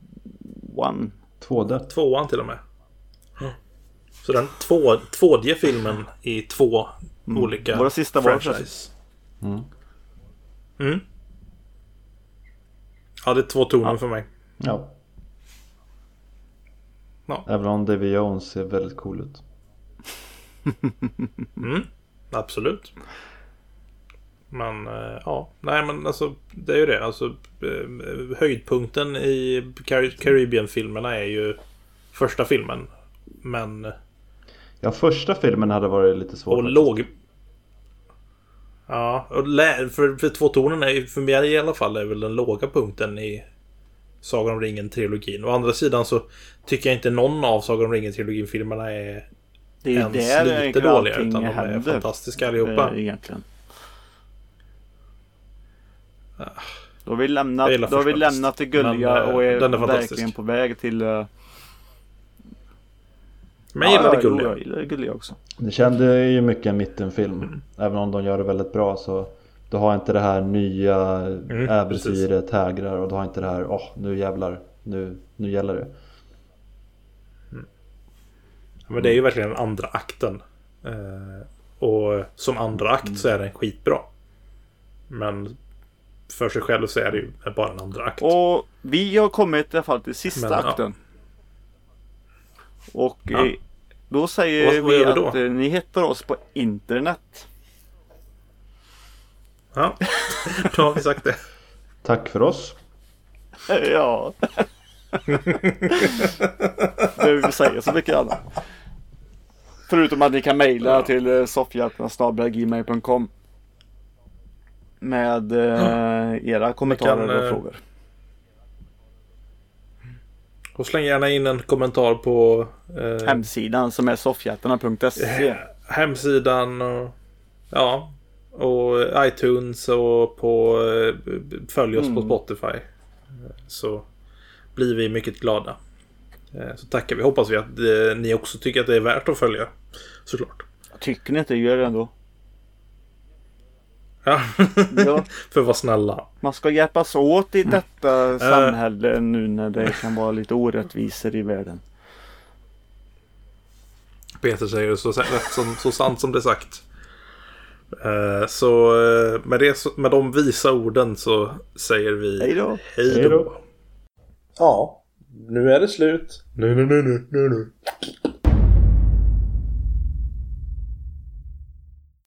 Tvåan till och med. Så den tvådje filmen i två olika våra sista franchise. Ja, det är 2 toner för mig. Ja. Även om Davy Jones ser väldigt cool ut. Absolut. Men nej men alltså det är ju det. Alltså höjdpunkten i Caribbean-filmerna är ju första filmen. Men ja, första filmen hade varit lite svårt. Och låg. Ja, och för 2 tonerna är för mig i alla fall är väl den låga punkten i Sagan om ringen-trilogin. Å andra sidan så tycker jag inte någon av Sagan om ringen-trilogin-filmerna är ens lite dåliga, utan de är fantastiska allihopa. Egentligen. Då har vi lämnat det gulliga och är verkligen på väg till men jag gillar det gulliga. Jag gillar det gulliga också. Det kände ju mycket en mittenfilm. Även om de gör det väldigt bra, så du har inte det här nya äventyret hägrar, och du har inte det här nu jävlar, nu gäller det. Men det är ju verkligen den andra akten. Och som andra akt så är den skitbra. Men för sig själv så är det ju bara en andra akt. Och vi har kommit i alla fall till sista akten. Och då säger vi att ni hittar oss på internet. Ja, då har vi sagt det. Tack för oss. Ja. Det vill säga så mycket annat. Förutom att ni kan mejla till soffhjältarna@gmail.com med era kommentarer och frågor. Och släng gärna in en kommentar på hemsidan som är soffhjältarna.se. Hemsidan och iTunes och på följ oss på Spotify. Så blir vi mycket glada. Så tackar vi. Hoppas vi att ni också tycker att det är värt att följa. Såklart. Tycker ni inte, gör det ändå. Ja. För att vara snälla. Man ska hjälpas åt i detta samhälle nu när det kan vara lite orättvisor i världen. Peter säger det så sant som det är sagt. Så med de visa orden så säger vi hej då. Ja, nu är det slut. Nu.